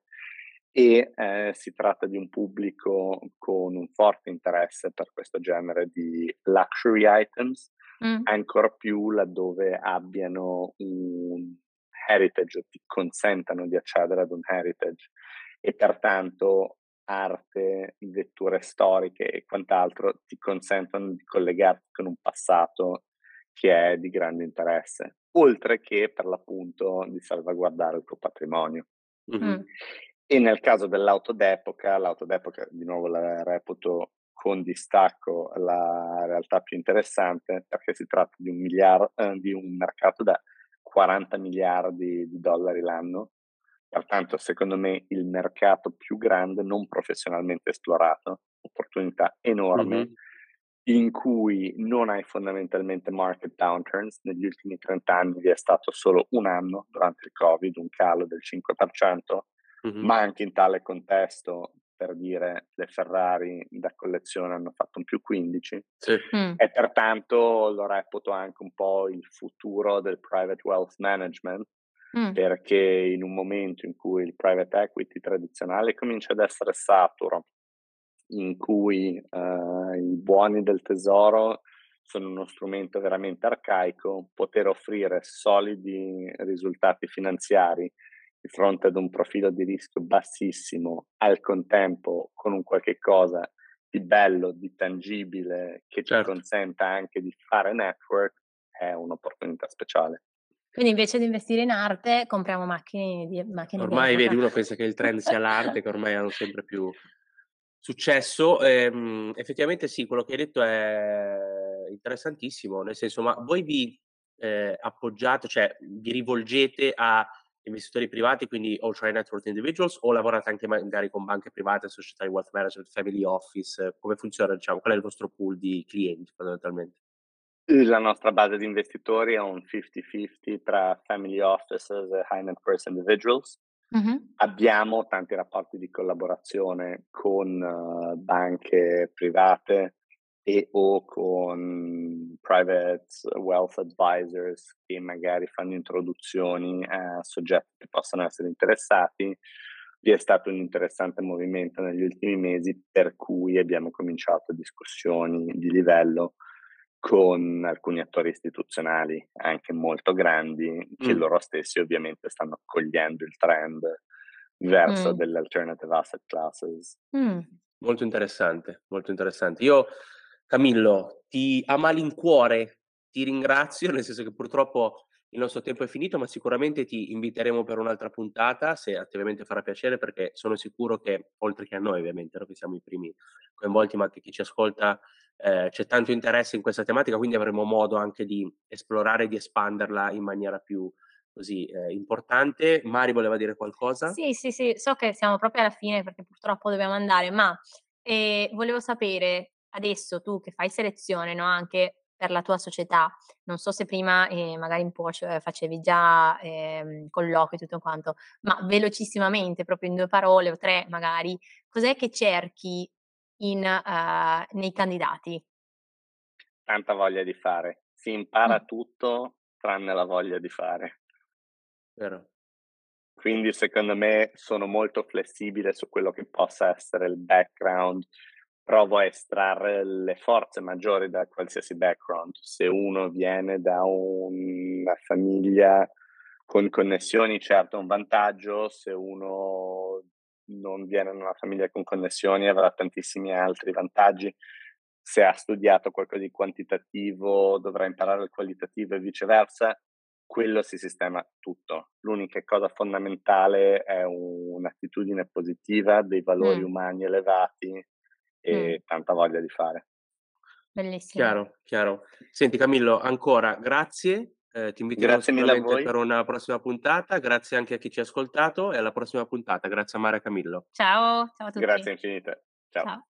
e eh, si tratta di un pubblico con un forte interesse per questo genere di luxury items, Mh. ancor più laddove abbiano un heritage o ti consentano di accedere ad un heritage e pertanto arte, vetture storiche e quant'altro ti consentono di collegarti con un passato che è di grande interesse, oltre che per l'appunto di salvaguardare il tuo patrimonio. Mh-mh. Mh. E nel caso dell'auto d'epoca, l'auto d'epoca di nuovo la reputo con distacco la realtà più interessante, perché si tratta di un miliar ehm, di un mercato da quaranta miliardi di dollari l'anno. Pertanto, secondo me, il mercato più grande non professionalmente esplorato, opportunità enorme, Mh-mh. in cui non hai fondamentalmente market downturns. Negli ultimi trenta anni vi è stato solo un anno, durante il Covid, un calo del cinque per cento, Mh-mh. ma anche in tale contesto, per dire, le Ferrari da collezione hanno fatto un più quindici, Sì. Mh. e pertanto lo reputo anche un po' il futuro del private wealth management, Mh. perché in un momento in cui il private equity tradizionale comincia ad essere saturo, in cui eh, i buoni del tesoro sono uno strumento veramente arcaico, poter offrire solidi risultati finanziari di fronte ad un profilo di rischio bassissimo, al contempo con un qualche cosa di bello, di tangibile, che ti Certo. consenta anche di fare network, è un'opportunità speciale. Quindi invece di investire in arte compriamo macchine di macchine Ormai d'epoca. vedi, uno pensa che il trend sia l'arte, che ormai hanno sempre più successo. Ehm, effettivamente sì, quello che hai detto è interessantissimo, nel senso, ma voi vi, ehm, appoggiate, cioè vi rivolgete a investitori privati, quindi ultra net worth individuals, o lavorate anche magari con banche private, società di wealth management, family office? Come funziona, diciamo? Qual è il vostro pool di clienti fondamentalmente? La nostra base di investitori è un cinquanta cinquanta tra family offices e high net worth individuals. Mh-mh. Abbiamo tanti rapporti di collaborazione con uh, banche private e o con private wealth advisors che magari fanno introduzioni a soggetti che possono essere interessati. Vi è stato un interessante movimento negli ultimi mesi, per cui abbiamo cominciato discussioni di livello con alcuni attori istituzionali, anche molto grandi, che Mh. loro stessi ovviamente stanno cogliendo il trend verso Mh. delle alternative asset classes. Mh. Molto interessante, molto interessante. Io, Camillo, ti a malincuore ti ringrazio, nel senso che purtroppo il nostro tempo è finito, ma sicuramente ti inviteremo per un'altra puntata, se a te ovviamente farà piacere, perché sono sicuro che, oltre che a noi ovviamente, no, che siamo i primi coinvolti, ma anche chi ci ascolta, ehm, c'è tanto interesse in questa tematica, quindi avremo modo anche di esplorare e di espanderla in maniera più così, ehm, importante. Mari voleva dire qualcosa? Sì, sì, sì, so che siamo proprio alla fine perché purtroppo dobbiamo andare, ma, ehm, volevo sapere adesso tu che fai selezione, no, anche per la tua società, non so se prima, ehm, magari un po' c facevi già, ehm, colloqui e tutto quanto, ma velocissimamente, proprio in due parole o tre magari, cos'è che cerchi in uhm, nei candidati? Tanta voglia di fare. Si Mh. impara tutto tranne la voglia di fare. Vero. Quindi secondo me sono molto flessibile su quello che possa essere il background, provo a estrarre le forze maggiori da qualsiasi background. Se uno viene da una famiglia con connessioni, certo è un vantaggio, se uno non viene da una famiglia con connessioni avrà tantissimi altri vantaggi. Se ha studiato qualcosa di quantitativo dovrà imparare il qualitativo e viceversa. Quello si sistema tutto. L'unica cosa fondamentale è un'attitudine positiva, dei valori Mh. umani elevati Mh. e tanta voglia di fare. Bellissimo. Chiaro, chiaro. Senti Camillo, ancora grazie, ehm, ti inviteremo Grazie mille a sicuramente voi, per una prossima puntata, grazie anche a chi ci ha ascoltato e alla prossima puntata. Grazie a Mara e Camillo. Ciao, ciao a tutti. grazie infinite. Ciao. Ciao.